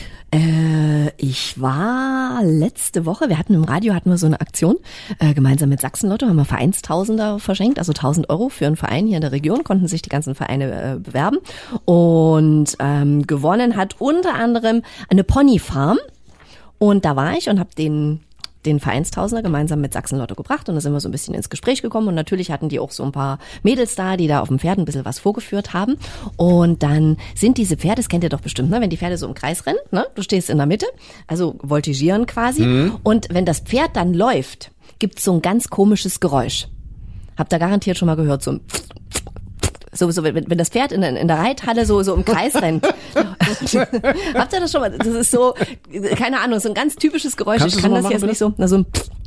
Speaker 3: Äh, ich war letzte Woche, wir hatten im Radio, hatten wir so eine Aktion, äh, gemeinsam mit Sachsen-Lotto haben wir Vereinstausender verschenkt, also tausend Euro für einen Verein hier in der Region, konnten sich die ganzen Vereine äh, bewerben, und ähm, gewonnen hat unter anderem eine Ponyfarm, und da war ich und habe den den Vereinstausender gemeinsam mit Sachsen-Lotto gebracht, und da sind wir so ein bisschen ins Gespräch gekommen, und natürlich hatten die auch so ein paar Mädels da, die da auf dem Pferd ein bisschen was vorgeführt haben, und dann sind diese Pferde, das kennt ihr doch bestimmt, ne, wenn die Pferde so im Kreis rennen, ne, du stehst in der Mitte, also voltigieren quasi, mhm. und wenn das Pferd dann läuft, gibt's so ein ganz komisches Geräusch. Habt ihr garantiert schon mal gehört, so ein So, so wenn, wenn das Pferd in, in der Reithalle so, so im Kreis rennt. Habt ihr das schon mal? Das ist so, keine Ahnung, so ein ganz typisches Geräusch.
Speaker 2: Kannst
Speaker 3: ich kann
Speaker 2: du das
Speaker 3: das
Speaker 2: mal
Speaker 3: jetzt
Speaker 2: machen,
Speaker 3: nicht so, na so ein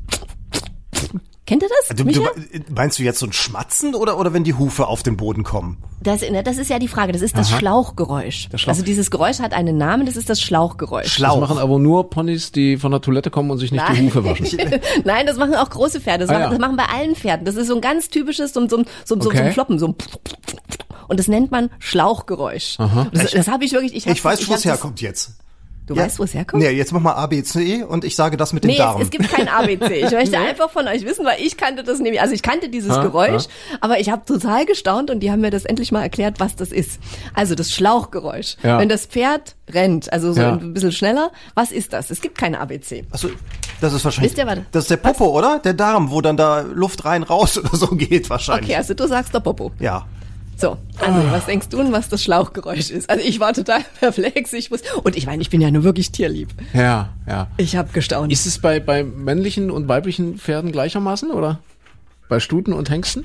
Speaker 3: Kennt ihr das?
Speaker 4: Du, du,
Speaker 3: Micha?
Speaker 4: meinst du jetzt so ein Schmatzen oder, oder wenn die Hufe auf den Boden kommen?
Speaker 3: Das, das ist ja die Frage, das ist das
Speaker 2: Aha.
Speaker 3: Schlauchgeräusch.
Speaker 2: Das Schlauch-
Speaker 3: Also dieses Geräusch hat einen Namen, das ist das Schlauchgeräusch.
Speaker 4: Schlauch.
Speaker 2: Das machen aber nur Ponys, die von der Toilette kommen und sich nicht die
Speaker 3: Nein.
Speaker 2: Hufe waschen.
Speaker 3: Nein, das machen auch große Pferde. Das,
Speaker 2: Ah,
Speaker 3: machen,
Speaker 2: ja.
Speaker 3: das machen bei allen Pferden. Das ist so ein ganz typisches, so, so, so, so, so
Speaker 2: Okay.
Speaker 3: ein Floppen, so ein und das nennt man Schlauchgeräusch. Das, das habe ich wirklich. Ich, hab,
Speaker 4: Ich weiß,
Speaker 3: ich
Speaker 4: wo es
Speaker 3: hab das-
Speaker 4: herkommt jetzt.
Speaker 3: Du weißt, wo es herkommt?
Speaker 4: Nee, jetzt mach mal A, B, C und ich sage das mit dem
Speaker 3: Nee,
Speaker 4: Darm.
Speaker 3: es, es gibt kein A B C. Ich möchte einfach von euch wissen, weil ich kannte das nämlich, also ich kannte dieses
Speaker 2: Ha,
Speaker 3: Geräusch, aber ich habe total gestaunt und die haben mir das endlich mal erklärt, was das ist. Also das Schlauchgeräusch.
Speaker 2: Ja.
Speaker 3: Wenn das Pferd rennt, also so
Speaker 2: Ja.
Speaker 3: ein bisschen schneller, was ist das? Es gibt kein A B C.
Speaker 4: Achso, das ist wahrscheinlich.
Speaker 3: Wisst ihr, was-
Speaker 4: das ist der Popo, oder? Der Darm, wo dann da Luft rein, raus oder so geht wahrscheinlich.
Speaker 3: Okay, also du sagst der Popo.
Speaker 4: Ja.
Speaker 3: So, André, was denkst du denn, was das Schlauchgeräusch ist? Also ich war total perplex, ich wusste, und ich meine, ich bin ja nur wirklich tierlieb.
Speaker 2: Ja, ja.
Speaker 3: Ich habe gestaunt.
Speaker 2: Ist es bei, bei männlichen und weiblichen Pferden gleichermaßen, oder? Bei Stuten und Hengsten?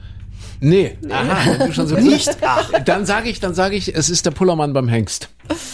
Speaker 2: Nee. Aha, wenn du schon so
Speaker 4: Nicht?
Speaker 2: Ach. Dann sage ich, dann sage ich, es ist der Pullermann beim Hengst.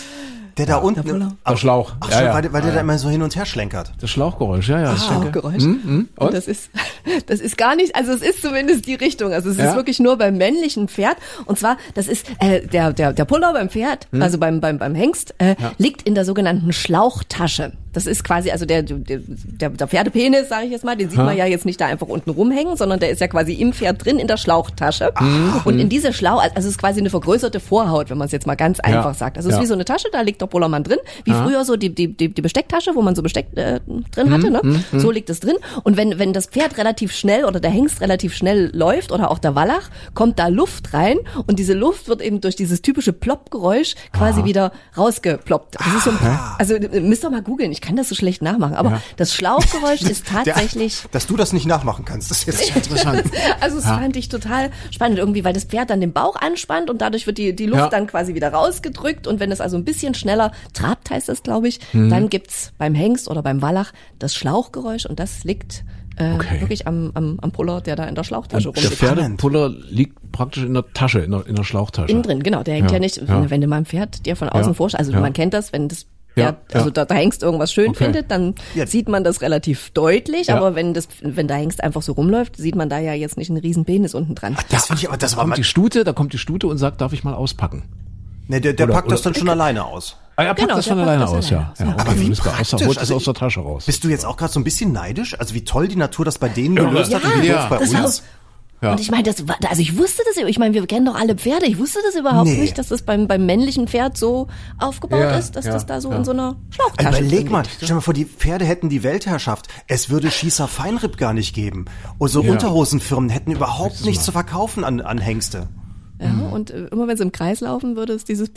Speaker 4: Der da unten.
Speaker 3: Puller.
Speaker 2: Der Schlauch.
Speaker 4: Ach
Speaker 2: Ja,
Speaker 4: schon,
Speaker 2: ja.
Speaker 4: weil, der- weil der
Speaker 2: Ja,
Speaker 4: da
Speaker 2: ja.
Speaker 4: immer so hin und her schlenkert.
Speaker 2: Das Schlauchgeräusch, ja, ja. das denke-
Speaker 3: Schlauchgeräusch.
Speaker 2: Hm, hm. Und?
Speaker 3: Und das ist, das ist gar nicht, also es ist zumindest die Richtung. Also es
Speaker 2: Ja.
Speaker 3: ist wirklich nur beim männlichen Pferd. Und zwar, das ist äh, der der der Puller beim Pferd, also beim beim beim Hengst, äh,
Speaker 2: Ja.
Speaker 3: liegt in der sogenannten Schlauchtasche. Das ist quasi, also der der der, der Pferdepenis, sage ich jetzt mal, den sieht
Speaker 2: Ha.
Speaker 3: man ja jetzt nicht da einfach unten rumhängen, sondern der ist ja quasi im Pferd drin in der Schlauchtasche. Und in diese Schlauch, also es ist quasi eine vergrößerte Vorhaut, wenn man es jetzt mal ganz einfach sagt. Also es ist
Speaker 2: Ja.
Speaker 3: wie so eine Tasche, da liegt der Pullermann drin, wie früher so die die die, die Bestecktasche, wo man so Besteck äh, drin hatte, ne? So liegt es drin. Und wenn wenn das Pferd relativ schnell oder der Hengst relativ schnell läuft oder auch der Wallach, kommt da Luft rein und diese Luft wird eben durch dieses typische Plopp-Geräusch quasi wieder rausgeploppt. Das ist so ein, also äh, müsst ihr mal googeln, ich kann das so schlecht nachmachen, aber
Speaker 2: Ja.
Speaker 3: das Schlauchgeräusch ist
Speaker 4: Der,
Speaker 3: tatsächlich
Speaker 4: dass du das nicht nachmachen kannst, das ist jetzt interessant.
Speaker 3: also das fand ich total spannend irgendwie, weil das Pferd dann den Bauch anspannt und dadurch wird die, die Luft
Speaker 2: Ja.
Speaker 3: dann quasi wieder rausgedrückt und wenn es also ein bisschen schneller trabt, heißt das, glaube ich,
Speaker 2: Mhm.
Speaker 3: dann gibt's beim Hengst oder beim Wallach das Schlauchgeräusch und das liegt äh,
Speaker 2: Okay.
Speaker 3: wirklich am, am, am Puller, der da in der Schlauchtasche
Speaker 2: Der
Speaker 3: rumliegt.
Speaker 2: Pferdepuller liegt praktisch in der Tasche, in der, in der Schlauchtasche.
Speaker 3: Innen drin, genau, der hängt ja,
Speaker 2: Ja,
Speaker 3: nicht,
Speaker 2: ja.
Speaker 3: wenn du mal ein Pferd dir von außen
Speaker 2: Ja,
Speaker 3: vorstellst, also
Speaker 2: ja.
Speaker 3: man kennt das, wenn das
Speaker 2: Ja,
Speaker 3: Pferd,
Speaker 2: ja.
Speaker 3: also da, der Hengst irgendwas schön
Speaker 2: Okay.
Speaker 3: findet, dann
Speaker 4: Ja.
Speaker 3: sieht man das relativ deutlich,
Speaker 2: Ja.
Speaker 3: aber wenn das, wenn der Hengst einfach so rumläuft, sieht man da ja jetzt nicht einen riesen Penis unten dran.
Speaker 4: Das finde ich aber, das
Speaker 2: Da
Speaker 4: war
Speaker 2: kommt
Speaker 4: mal,
Speaker 2: die Stute, da kommt die Stute und sagt, darf ich mal auspacken?
Speaker 4: ne, der, der
Speaker 2: Oder-
Speaker 4: packt das
Speaker 2: oder-
Speaker 4: dann schon alleine aus.
Speaker 2: Ah, er packt
Speaker 3: Genau,
Speaker 2: das
Speaker 3: der
Speaker 2: von
Speaker 3: packt
Speaker 2: alleine
Speaker 3: das
Speaker 2: aus,
Speaker 3: alleine
Speaker 2: ja.
Speaker 3: aus,
Speaker 2: ja.
Speaker 3: ja.
Speaker 2: Okay,
Speaker 4: Aber wie
Speaker 2: dann ist er aus der,
Speaker 4: praktisch.
Speaker 2: holt es
Speaker 4: Also
Speaker 2: aus der Tasche raus.
Speaker 4: Bist du jetzt auch gerade so ein bisschen neidisch? Also wie toll die Natur das bei denen gelöst hat und wie
Speaker 2: Ja.
Speaker 4: doof bei
Speaker 3: Das war
Speaker 4: uns?
Speaker 2: Ja.
Speaker 3: Und ich meine, das war, also ich wusste das, ich meine, wir kennen doch alle Pferde, ich wusste das überhaupt
Speaker 4: Nee.
Speaker 3: nicht, dass das beim, beim männlichen Pferd so aufgebaut
Speaker 2: Ja,
Speaker 3: ist, dass
Speaker 2: ja,
Speaker 3: das da so
Speaker 2: ja.
Speaker 3: in so einer Schlauchtasche
Speaker 4: Also überleg
Speaker 3: drin
Speaker 4: mal,
Speaker 3: liegt.
Speaker 4: stell dir mal vor, die Pferde hätten die Weltherrschaft. Es würde Schießer Feinripp gar nicht geben. Und so
Speaker 2: Ja.
Speaker 4: Unterhosenfirmen hätten überhaupt
Speaker 2: Weißt du
Speaker 4: nichts
Speaker 2: mal.
Speaker 4: zu verkaufen an, an Hengste.
Speaker 3: Ja, und äh, immer wenn sie im Kreis laufen, würde es dieses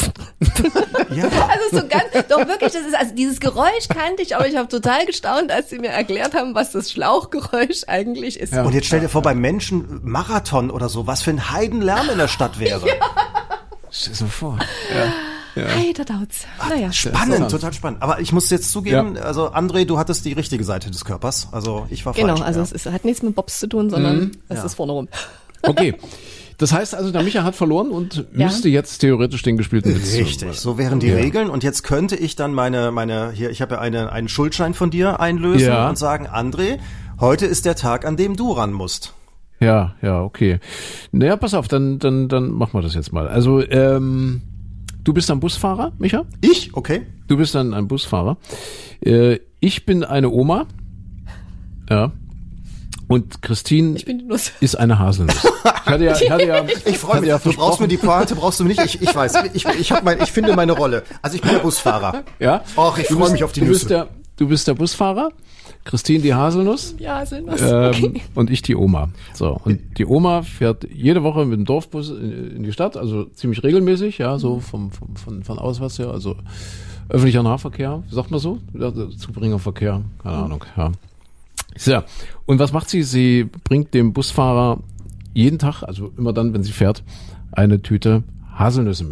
Speaker 4: Ja.
Speaker 3: Also so ganz, doch wirklich, das ist, also dieses Geräusch kannte ich, aber ich habe total gestaunt, als sie mir erklärt haben, was das Schlauchgeräusch eigentlich ist.
Speaker 2: Ja.
Speaker 4: Und jetzt stell dir vor, bei Menschen Marathon oder so, was für ein Heidenlärm in der Stadt wäre.
Speaker 2: Stell dir so vor. Ja. Ja.
Speaker 3: Hey, da dauert's. Naja.
Speaker 4: Spannend,
Speaker 2: Interessant.
Speaker 4: total spannend. Aber ich muss jetzt zugeben, also André, du hattest die richtige Seite des Körpers. Also ich war
Speaker 3: Genau,
Speaker 4: falsch.
Speaker 3: also
Speaker 4: ja.
Speaker 3: es ist, hat nichts mit Bobs zu tun, sondern es ist vorne rum.
Speaker 2: Okay. Das heißt also, der Micha hat verloren und
Speaker 3: Ja.
Speaker 2: müsste jetzt theoretisch den gespielten Witz.
Speaker 4: Richtig, so wären die
Speaker 2: Ja.
Speaker 4: Regeln. Und jetzt könnte ich dann meine, meine, hier, ich habe ja eine, einen Schuldschein von dir einlösen
Speaker 2: Ja.
Speaker 4: und sagen, André, heute ist der Tag, an dem du ran musst.
Speaker 2: Ja, ja, okay. Naja, pass auf, dann, dann, dann machen wir das jetzt mal. Also, ähm, du bist ein Busfahrer, Micha?
Speaker 4: Ich? Okay.
Speaker 2: Du bist dann ein Busfahrer. Äh, ich bin eine Oma. Ja. Und Christine
Speaker 3: Ich bin die Nuss.
Speaker 2: ist eine Haselnuss. Ich hatte ja, ich hatte ja,
Speaker 4: Ich freue mich.
Speaker 2: ja
Speaker 4: du brauchst mir die Pointe, brauchst du mir nicht. Ich, ich weiß. Ich, ich, hab mein, ich finde meine Rolle. Also ich bin der Busfahrer.
Speaker 2: ja.
Speaker 4: Och, ich
Speaker 2: Du
Speaker 4: freue
Speaker 2: bist-
Speaker 4: mich auf die
Speaker 2: du bist
Speaker 4: Nüsse.
Speaker 2: der, du bist der Busfahrer. Christine die Haselnuss.
Speaker 3: Ja, sind was.
Speaker 2: Ähm,
Speaker 3: Okay.
Speaker 2: Und ich die Oma. So, und die Oma fährt jede Woche mit dem Dorfbus in, in die Stadt, also ziemlich regelmäßig, ja, so vom, vom von, von Auswärts her, also öffentlicher Nahverkehr, wie sagt man so? Ja, Zubringerverkehr, keine Ahnung, ja. So, und was macht sie? Sie bringt dem Busfahrer jeden Tag, also immer dann, wenn sie fährt, eine Tüte Haselnüsse mit.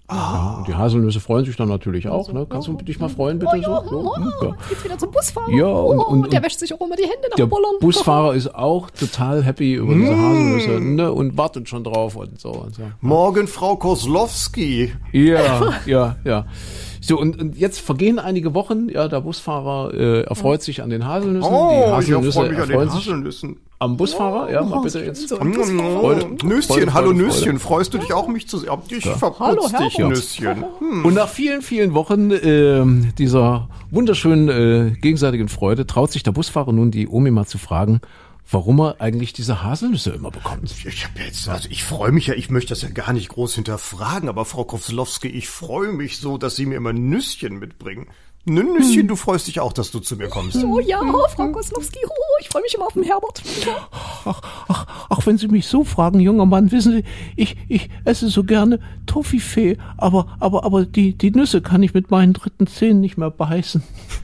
Speaker 2: Ja, und die Haselnüsse freuen sich dann natürlich auch. Ne? Kannst du dich mal freuen, bitte?
Speaker 5: Oh ja,
Speaker 2: so?
Speaker 5: oh,
Speaker 2: Hm, ja.
Speaker 5: jetzt geht's wieder zum Busfahrer.
Speaker 2: Ja, und-
Speaker 5: oh,
Speaker 2: und-
Speaker 5: der
Speaker 2: und-
Speaker 5: wäscht sich auch immer die Hände nach
Speaker 2: Der
Speaker 5: dem Bollern.
Speaker 2: Busfahrer ist auch total happy über diese Haselnüsse, ne? Und wartet schon drauf und so und so.
Speaker 4: Morgen, Frau Koslowski.
Speaker 2: Ja, ja, ja. So, und, und jetzt vergehen einige Wochen, ja, der Busfahrer äh, erfreut sich an den Haselnüssen, die Haselnüsse erfreuen sich
Speaker 4: Haselnüssen.
Speaker 2: am Busfahrer, ja, mal bitte jetzt.
Speaker 5: So ein Busfahrer.
Speaker 2: Freude,
Speaker 4: Nüsschen,
Speaker 2: Freude,
Speaker 4: hallo
Speaker 2: Freude,
Speaker 4: Nüsschen, freust du dich auch, mich zu sehen? Ich
Speaker 5: Hallo,
Speaker 4: verputz dich,
Speaker 5: Herbert.
Speaker 4: Nüsschen. Hm.
Speaker 2: Und nach vielen, vielen Wochen äh, dieser wunderschönen äh, gegenseitigen Freude traut sich der Busfahrer nun, die Omi mal zu fragen, warum er eigentlich diese Haselnüsse immer bekommt.
Speaker 4: Ich hab jetzt, also ich freue mich ja, ich möchte das ja gar nicht groß hinterfragen, aber Frau Koslowski, ich freue mich so, dass Sie mir immer Nüsschen mitbringen. Nü- Nüsschen, du freust dich auch, dass du zu mir kommst.
Speaker 5: Oh ja, Frau Koslowski, oh, ich freue mich immer auf den Herbert.
Speaker 2: Ach, ach, ach, wenn Sie mich so fragen, junger Mann, wissen Sie, ich, ich esse so gerne Toffifee, aber, aber, aber die, die Nüsse kann ich mit meinen dritten Zähnen nicht mehr beißen.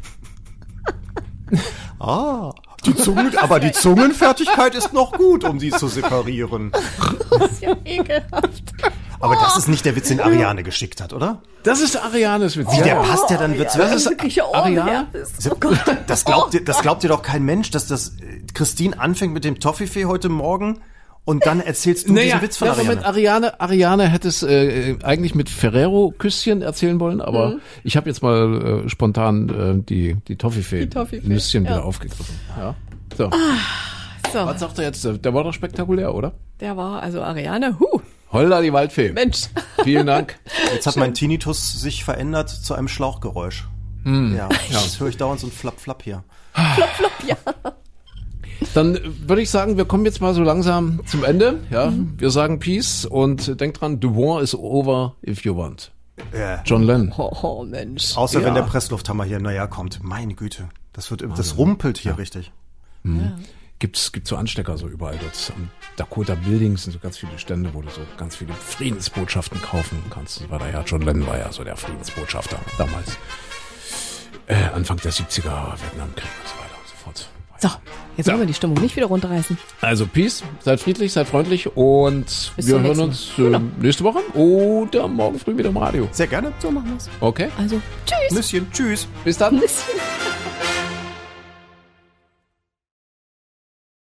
Speaker 4: Ah, die Zungen, aber die Zungenfertigkeit ist noch gut, um sie zu separieren.
Speaker 5: Das ist ja ekelhaft.
Speaker 4: Aber das ist nicht der Witz, den Ariane geschickt hat, oder?
Speaker 2: Das ist Arianes Witz.
Speaker 4: Der passt ja dann wird's.
Speaker 2: Das ist
Speaker 5: Wirklich
Speaker 2: Ariane.
Speaker 5: Ohrenherpes. Oh Gott.
Speaker 4: Das glaubt ihr, das glaubt ihr doch kein Mensch, dass das äh, Christine anfängt mit dem Toffifee heute Morgen und dann erzählst du
Speaker 2: Naja,
Speaker 4: diesen Witz von
Speaker 2: ja,
Speaker 4: Ariane.
Speaker 2: Moment, Ariane, Ariane hätte es äh, eigentlich mit Ferrero-Küsschen erzählen wollen, aber
Speaker 5: Mhm.
Speaker 2: ich habe jetzt mal äh, spontan äh, die, die Toffifee-Nüsschen
Speaker 5: Toffifee,
Speaker 2: wieder
Speaker 5: ja.
Speaker 2: aufgegriffen. Ja. So.
Speaker 5: So,
Speaker 2: Was sagt er jetzt? Der war doch spektakulär, oder?
Speaker 5: der war also Ariane. Huh,
Speaker 2: Holla, die Waldfee.
Speaker 5: Mensch.
Speaker 2: Vielen Dank.
Speaker 4: Jetzt hat mein Tinnitus sich verändert zu einem Schlauchgeräusch.
Speaker 2: Hm.
Speaker 4: Ja, das höre ich dauernd so ein Flapp-Flapp hier.
Speaker 5: Flop, flop, ja.
Speaker 2: Dann würde ich sagen, wir kommen jetzt mal so langsam zum Ende. Ja, wir sagen Peace und denkt dran, the war is over if you want.
Speaker 4: Äh,
Speaker 2: John Lennon.
Speaker 5: Oh, oh Mensch.
Speaker 4: außer
Speaker 2: Ja.
Speaker 4: wenn der Presslufthammer hier näher kommt. Meine Güte, das wird, das rumpelt hier richtig.
Speaker 2: Gibt's, gibt's so Anstecker so überall dort am Dakota Buildings sind so ganz viele Stände, wo du so ganz viele Friedensbotschaften kaufen kannst. Das war da ja, John Lennon war ja so der Friedensbotschafter damals. Äh, Anfang der siebziger, Vietnamkrieg und so weiter und so fort.
Speaker 5: So, jetzt wollen wir die Stimmung nicht wieder runterreißen.
Speaker 2: Also Peace, seid friedlich, seid freundlich und
Speaker 5: Bis
Speaker 2: wir
Speaker 5: zum
Speaker 2: hören
Speaker 5: nächsten
Speaker 2: uns äh, nächste Woche oder morgen früh wieder im Radio.
Speaker 4: Sehr gerne.
Speaker 5: So machen wir's.
Speaker 2: Okay?
Speaker 5: Also, tschüss.
Speaker 4: Nüsschen, tschüss.
Speaker 2: Bis dann.
Speaker 5: Bisschen.